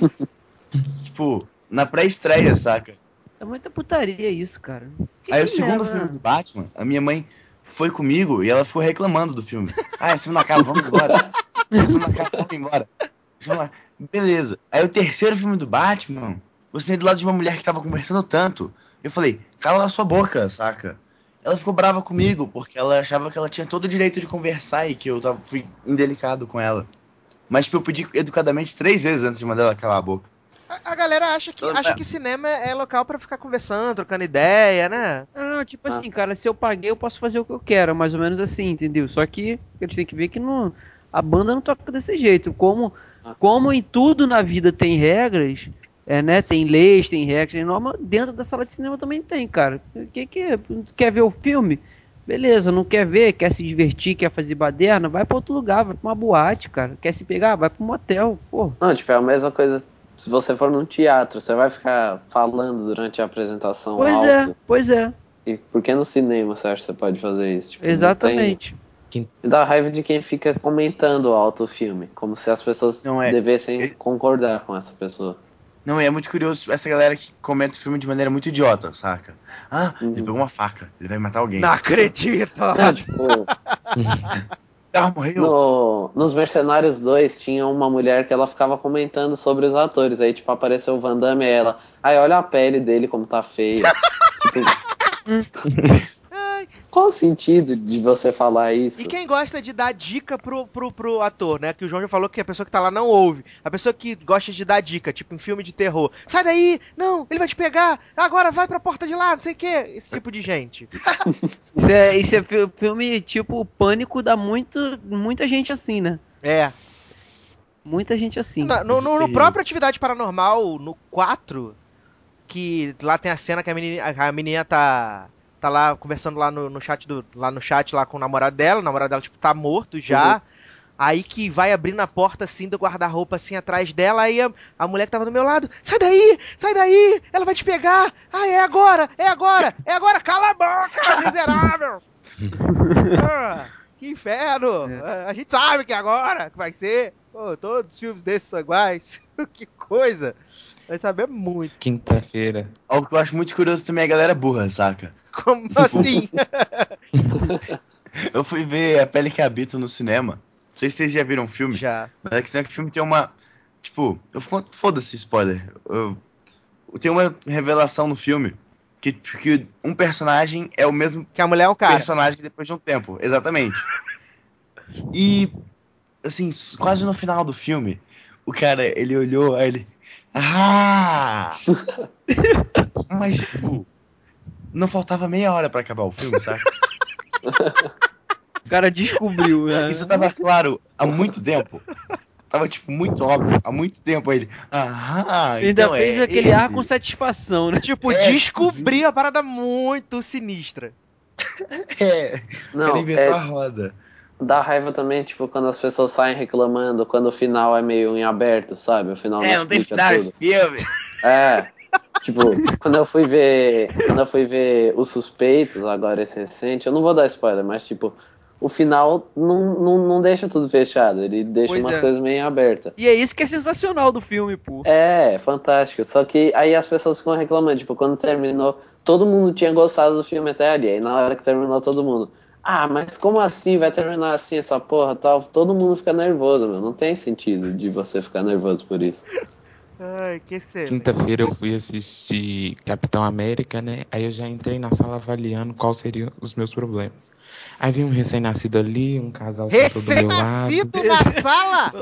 Tipo, na pré-estreia, saca? É muita putaria isso, cara. Que Aí o que segundo leva, filme né? do Batman, a minha mãe foi comigo e ela ficou reclamando do filme. Ah, esse filme não acaba, vamos embora. Esse filme não acaba, vamos embora. Esse filme não- Beleza. Aí o terceiro filme do Batman, você tem do lado de uma mulher que tava conversando tanto. Eu falei, cala a sua boca, saca? Ela ficou brava comigo, porque ela achava que ela tinha todo o direito de conversar e que eu tava, fui indelicado com ela. Mas tipo, eu pedi educadamente três vezes antes de mandar ela calar a boca. A, a galera acha que, Então, acha é, que cinema é é local pra ficar conversando, trocando ideia, né? Não, tipo Ah. assim, cara, se eu paguei, eu posso fazer o que eu quero, mais ou menos assim, entendeu? Só que eles têm que ver que não, a banda não toca desse jeito. Como, Ah. como em tudo na vida tem regras, é, né? Tem leis, tem regras, tem norma, dentro da sala de cinema também tem, cara. O que que é? Quer ver o filme? Beleza, não quer ver, quer se divertir, quer fazer baderna, vai pra outro lugar, vai pra uma boate, cara. Quer se pegar? Vai pra um motel, pô. Não, tipo, é a mesma coisa se você for num teatro, você vai ficar falando durante a apresentação Pois é, alto. pois é. E por que no cinema você acha que você pode fazer isso? Tipo, não Exatamente. tem- Me dá raiva de quem fica comentando alto o filme, como se as pessoas Não é. devessem É- concordar com essa pessoa. Não, e é muito curioso essa galera que comenta o filme de maneira muito idiota, saca? Ah, ele Uhum. pegou uma faca, ele vai matar alguém. Não acredito! Não, tipo, Ah, morreu! no, nos Mercenários dois tinha uma mulher que ela ficava comentando sobre os atores. Aí, tipo, apareceu o Van Damme e ela. Ai, olha a pele dele como tá feia. Tipo, Ai, qual o sentido de você falar isso? e quem gosta de dar dica pro, pro, pro ator, né? Que o João já falou que a pessoa que tá lá não ouve. A pessoa que gosta de dar dica, tipo em filme de terror. Sai daí! Não, ele vai te pegar! Agora vai pra porta de lá, não sei o quê. Esse tipo de gente. Isso é, isso é fi- filme tipo Pânico, dá muito, muita gente assim, né? É. Muita gente assim. Na- No, Isso é no, no terrível. próprio Atividade Paranormal, no quatro, que lá tem a cena que a menina, a menina tá, tá lá conversando lá no, no chat do, lá no chat lá com o namorado dela, o namorado dela tipo tá morto já. Aí que vai abrindo a porta assim do guarda-roupa assim atrás dela, aí a, a mulher que tava do meu lado, sai daí, sai daí, ela vai te pegar. Ah, é agora, é agora, é agora, cala a boca, miserável. Ah, que inferno. É. Ah, a gente sabe que é agora que vai ser. Pô, todos os filmes desses são iguais. Que coisa. Vai saber muito. Quinta-feira. O que eu acho muito curioso também é a galera burra, saca? Como assim? Eu fui ver A Pele que Habito no cinema. Não sei se vocês já viram o filme, Já. mas a questão é que o filme tem uma. Tipo, eu fico- foda-se spoiler. Eu, tem uma revelação no filme que, que um personagem é o mesmo Que a mulher é um cara. personagem depois de um tempo. Exatamente. E, assim, s- quase no final do filme, o cara, ele olhou, aí ele. Ah! Mas, tipo, não faltava meia hora pra acabar o filme, saca? O cara descobriu, né? Isso tava claro há muito tempo. Tava, tipo, muito óbvio há muito tempo. Aí ele. Ah, Ainda então fez é aquele ele. ar com satisfação, né? Tipo, É, descobri a parada muito sinistra. É. O cara Não, inventou é, a roda. dá raiva também, tipo, quando as pessoas saem reclamando, quando o final é meio em aberto, sabe? O final não É, não tem explica final tudo. esse filme. É, tipo, quando eu fui ver, quando eu fui ver Os Suspeitos, agora esse recente, eu não vou dar spoiler, mas tipo, o final não, não, não deixa tudo fechado, ele deixa Pois umas é. coisas meio abertas. E é isso que é sensacional do filme, pô. É, fantástico. Só que aí as pessoas ficam reclamando, tipo, quando terminou, todo mundo tinha gostado do filme até ali. Aí na hora que terminou, todo mundo. Ah, mas como assim? Vai terminar assim essa porra tal? Todo mundo fica nervoso, meu. Não tem sentido de você ficar nervoso por isso. Ai, que excelente. Quinta-feira eu fui assistir Capitão América, né? Aí eu já entrei na sala avaliando quais seriam os meus problemas. Aí vi um recém-nascido ali, um casal sentou do meu lado. Recém-nascido na sala!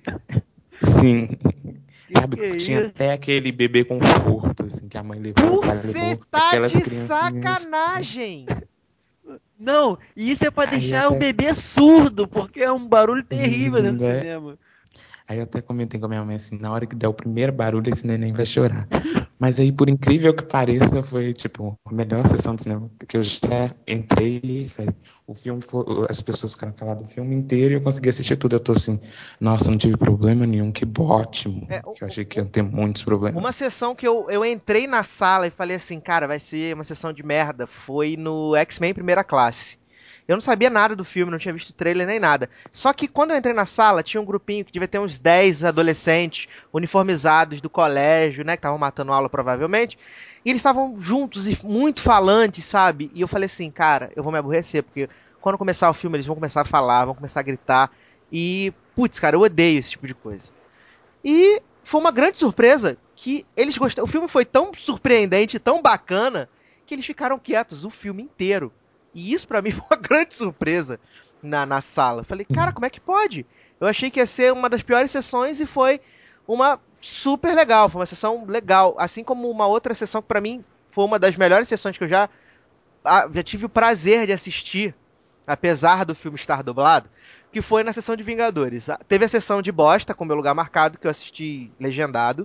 Sim. Que Sabe, que é tinha isso? até aquele bebê conforto, assim, que a mãe levou, o pai Você levou. tá Aquelas de criancinhas. sacanagem! Não, e isso é pra Aí eu deixar o até, bebê surdo, porque é um barulho terrível dentro do né? cinema. Aí eu até comentei com a minha mãe assim, na hora que der o primeiro barulho, esse neném vai chorar. Mas aí, por incrível que pareça, foi, tipo, a melhor sessão de cinema que eu já entrei e falei, o filme, foi, as pessoas ficaram caladas o filme inteiro e eu consegui assistir tudo. Eu tô assim, nossa, não tive problema nenhum, que ótimo. É, Que eu achei que ia ter muitos problemas. uma sessão que eu, eu entrei na sala e falei assim, cara, vai ser uma sessão de merda, foi no X-Men Primeira Classe. Eu não sabia nada do filme, não tinha visto trailer nem nada. Só que quando eu entrei na sala, tinha um grupinho que devia ter uns dez adolescentes uniformizados do colégio, né, que estavam matando aula provavelmente, e eles estavam juntos e muito falantes, sabe? E eu falei assim, cara, eu vou me aborrecer, porque quando começar o filme eles vão começar a falar, vão começar a gritar, e, putz, cara, eu odeio esse tipo de coisa. E foi uma grande surpresa que eles gostaram. O filme foi tão surpreendente, tão bacana, que eles ficaram quietos o filme inteiro. E isso pra mim foi uma grande surpresa na, na sala. Eu falei, cara, como é que pode? Eu achei que ia ser uma das piores sessões e foi uma super legal. Foi uma sessão legal. Assim como uma outra sessão que pra mim foi uma das melhores sessões que eu já, ah, já tive o prazer de assistir, apesar do filme estar dublado, que foi na sessão de Vingadores. Ah, teve a sessão de bosta, com meu lugar marcado, que eu assisti legendado,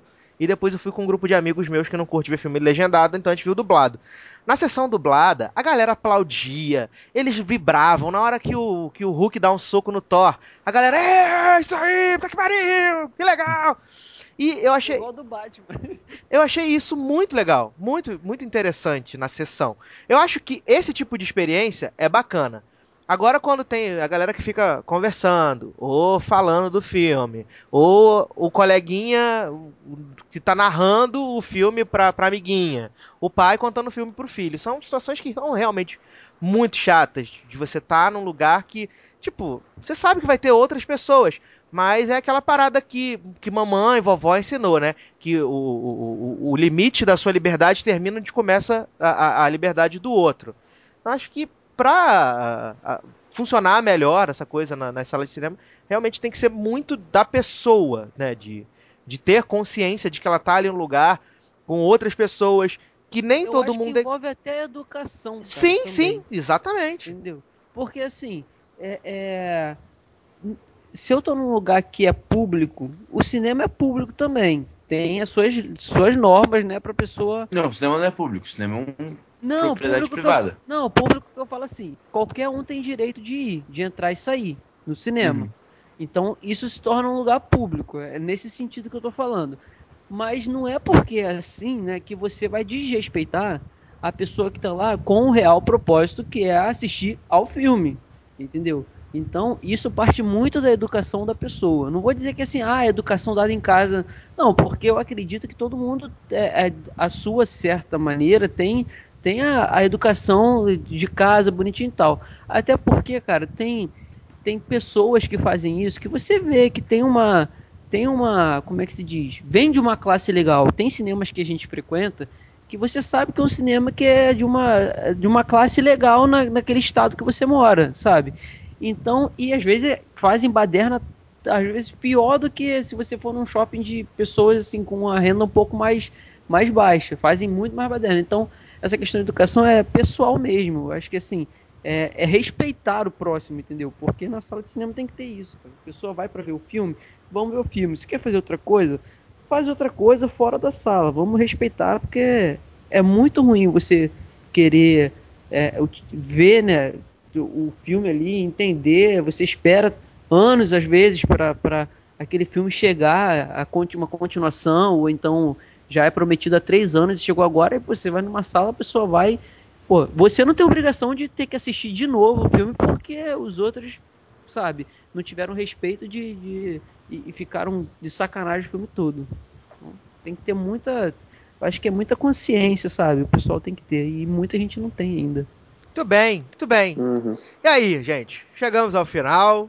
e depois eu fui com um grupo de amigos meus que não curte ver filme legendado, então a gente viu dublado. Na sessão dublada, a galera aplaudia, eles vibravam, na hora que o, que o Hulk dá um soco no Thor, a galera, é isso aí, puta que pariu, que legal! E eu achei, Igual do Batman. eu achei isso muito legal, muito, muito interessante na sessão. Eu acho que esse tipo de experiência é bacana. Agora, quando tem a galera que fica conversando, ou falando do filme, ou o coleguinha que tá narrando o filme pra, pra amiguinha, o pai contando o filme pro filho, são situações que são realmente muito chatas, de você estar num lugar que, tipo, você sabe que vai ter outras pessoas, mas é aquela parada que, que mamãe, vovó ensinou, né? Que o, o, o limite da sua liberdade termina onde começa a, a, a liberdade do outro. Então, acho que pra a, a, funcionar melhor essa coisa na, nas salas de cinema, realmente tem que ser muito da pessoa, né? De, de ter consciência de que ela tá ali no lugar com outras pessoas, que nem Eu todo acho que mundo é... envolve até a educação, cara, Sim, também. sim, exatamente. Entendeu? Porque assim, é, é, se eu tô num lugar que é público, o cinema é público também. Tem as suas, suas normas, né, pra pessoa. Não, o cinema não é público, o cinema é um Não, propriedade público que eu, privada. não, público que eu falo assim, qualquer um tem direito de ir, de entrar e sair no cinema. Uhum. Então, isso se torna um lugar público, é nesse sentido que eu tô falando. Mas não é porque é assim, né, que você vai desrespeitar a pessoa que tá lá com o real propósito, que é assistir ao filme, entendeu? Então, isso parte muito da educação da pessoa. Não vou dizer que assim, ah, educação dada em casa. Não, porque eu acredito que todo mundo, é, é, a sua certa maneira, tem tem a, a educação de casa, bonitinho e tal. Até porque, cara, tem, tem pessoas que fazem isso que você vê que tem uma. Tem uma. Como é que se diz? Vem de uma classe legal. Tem cinemas que a gente frequenta que você sabe que é um cinema que é de uma, de uma classe legal na, naquele estado que você mora, sabe? Então, e às vezes fazem baderna, às vezes pior do que se você for num shopping de pessoas assim com uma renda um pouco mais, mais baixa. Fazem muito mais baderna. Então, essa questão de educação é pessoal mesmo. Eu acho que assim, é, é respeitar o próximo, entendeu? Porque na sala de cinema tem que ter isso. Cara. A pessoa vai para ver o filme, vamos ver o filme. Se quer fazer outra coisa, faz outra coisa fora da sala. Vamos respeitar, porque é muito ruim você querer é, ver, né, o filme ali, entender. Você espera anos, às vezes, para aquele filme chegar a uma continuação, ou então já é prometido há três anos e chegou agora, e você vai numa sala, a pessoa vai. Pô, você não tem obrigação de ter que assistir de novo o filme porque os outros, sabe, não tiveram respeito de, de e, e ficaram de sacanagem o filme todo. Então, tem que ter muita. Acho que é muita consciência, sabe? O pessoal tem que ter. E muita gente não tem ainda. Muito bem, muito bem. Uhum. E aí, gente? Chegamos ao final.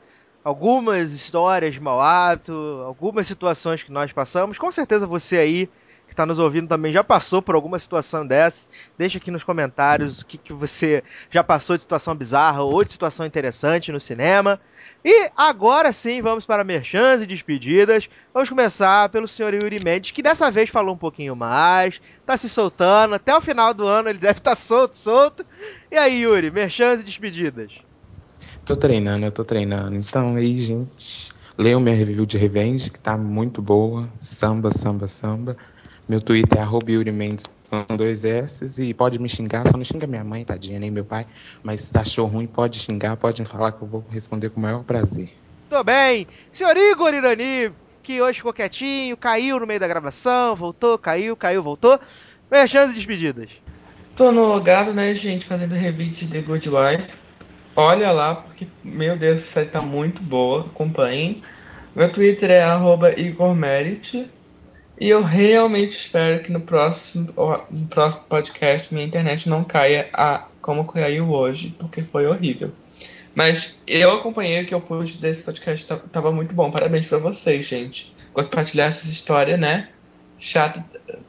Algumas histórias de mau hábito, algumas situações que nós passamos. Com certeza você aí que está nos ouvindo também já passou por alguma situação dessas. Deixa aqui nos comentários o que, que você já passou de situação bizarra ou de situação interessante no cinema. E agora sim, vamos para merchans e despedidas. Vamos começar pelo senhor Yuri Mendes, que dessa vez falou um pouquinho mais, tá se soltando. Até o final do ano ele deve estar solto, solto. E aí, Yuri, merchans e despedidas. Tô treinando, eu tô treinando. Então aí, gente, leiam minha review de Revenge, que tá muito boa. Samba, samba, samba. Meu Twitter é arroba Yuri Mendes com dois S. E pode me xingar, só não xinga minha mãe, tadinha, nem meu pai. Mas se achou ruim, pode xingar, pode falar que eu vou responder com o maior prazer. Tô bem. Senhor Igor Irani, que hoje ficou quietinho, caiu no meio da gravação, voltou, caiu, caiu, voltou. Merchans e despedidas. Tô no logado, né, gente, fazendo review de The Good Wife. Olha lá, porque, meu Deus, essa série tá muito boa. Acompanhem. Meu Twitter é arroba Igor Merit. E eu realmente espero que no próximo, no próximo podcast minha internet não caia a, como caiu hoje, porque foi horrível. Mas eu acompanhei o que eu pude desse podcast, tá- tava muito bom. Parabéns pra vocês, gente. Compartilhar essa história, né? Chata,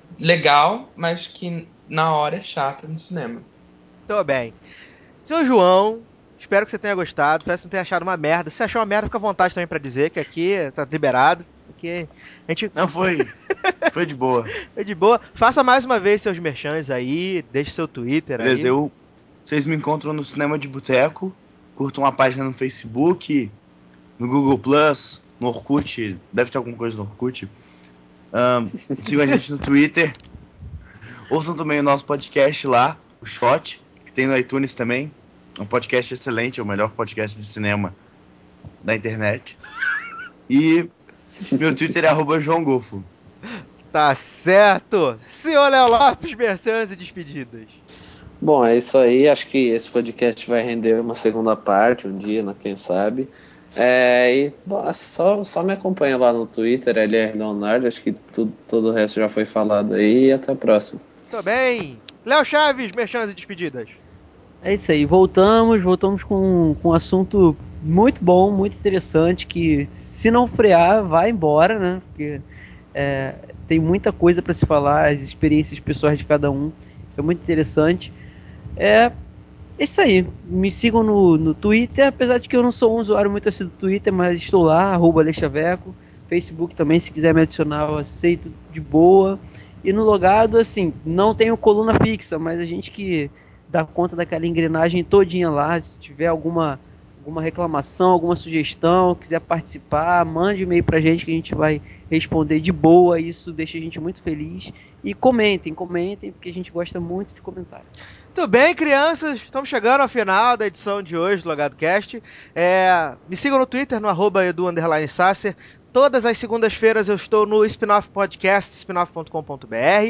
legal, mas que na hora é chata no cinema. Tô bem. Senhor João, espero que você tenha gostado. Espero que você não tenha achado uma merda. Se achou uma merda, fica à vontade também pra dizer que aqui tá liberado. Aqui a gente Não, foi. Foi de boa. é de boa. Faça mais uma vez seus merchans aí, deixe seu Twitter Beleza, aí. eu. Vocês me encontram no Cinema de Boteco. Curtam uma página no Facebook, no Google Plus, no Orkut. Deve ter alguma coisa no Orkut. Um, sigam a gente no Twitter. Ouçam também o nosso podcast lá, o Shot, que tem no iTunes também. É um podcast excelente, é o melhor podcast de cinema da internet. E meu Twitter é arroba João Golfo. Tá certo. Senhor Léo Lopes, menções e despedidas. Bom, é isso aí. Acho que esse podcast vai render uma segunda parte um dia, né, quem sabe. É, e bom, só, só me acompanha lá no Twitter, L R Leonardo. Acho que tudo, todo o resto já foi falado aí. E até a próxima. Tô bem. Léo Chaves, merchan e despedidas. É isso aí, voltamos, voltamos com, com um assunto muito bom, muito interessante, que se não frear, vai embora, né? Porque é, tem muita coisa para se falar, as experiências pessoais de cada um, isso é muito interessante. É isso aí, me sigam no, no Twitter, apesar de que eu não sou um usuário muito assim do Twitter, mas estou lá, arroba Aleixaveco, Facebook também, se quiser me adicionar, eu aceito de boa. E no logado, assim, não tenho coluna fixa, mas a gente que dá conta daquela engrenagem todinha lá, se tiver alguma, alguma reclamação, alguma sugestão, quiser participar, mande e-mail pra gente que a gente vai responder de boa, isso deixa a gente muito feliz. E comentem, comentem, porque a gente gosta muito de comentários. Tudo bem, crianças? Estamos chegando ao final da edição de hoje do LogadoCast. É, me sigam no Twitter, no arroba edu underline Sasser. Todas as segundas-feiras eu estou no Spinoff Podcast, spinoff ponto com ponto b r.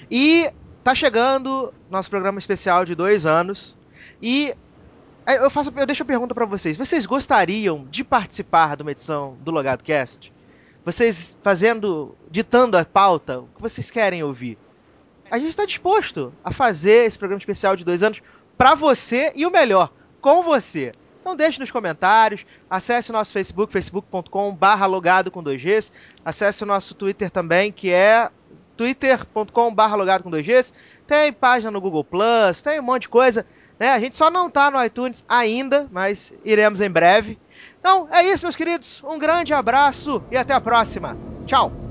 E tá chegando nosso programa especial de dois anos. E eu, faço, eu deixo a pergunta para vocês. Vocês gostariam de participar de uma edição do LogadoCast? Vocês fazendo, ditando a pauta, o que vocês querem ouvir? A gente está disposto a fazer esse programa especial de dois anos para você e o melhor, com você. Então deixe nos comentários, acesse o nosso Facebook, facebook ponto com barra logado com dois Gs, acesse o nosso Twitter também, que é twitter ponto com barra logado com dois Gs, tem página no Google Plus, tem um monte de coisa, né? A gente só não tá no iTunes ainda, mas iremos em breve. Então é isso, meus queridos, um grande abraço e até a próxima. Tchau!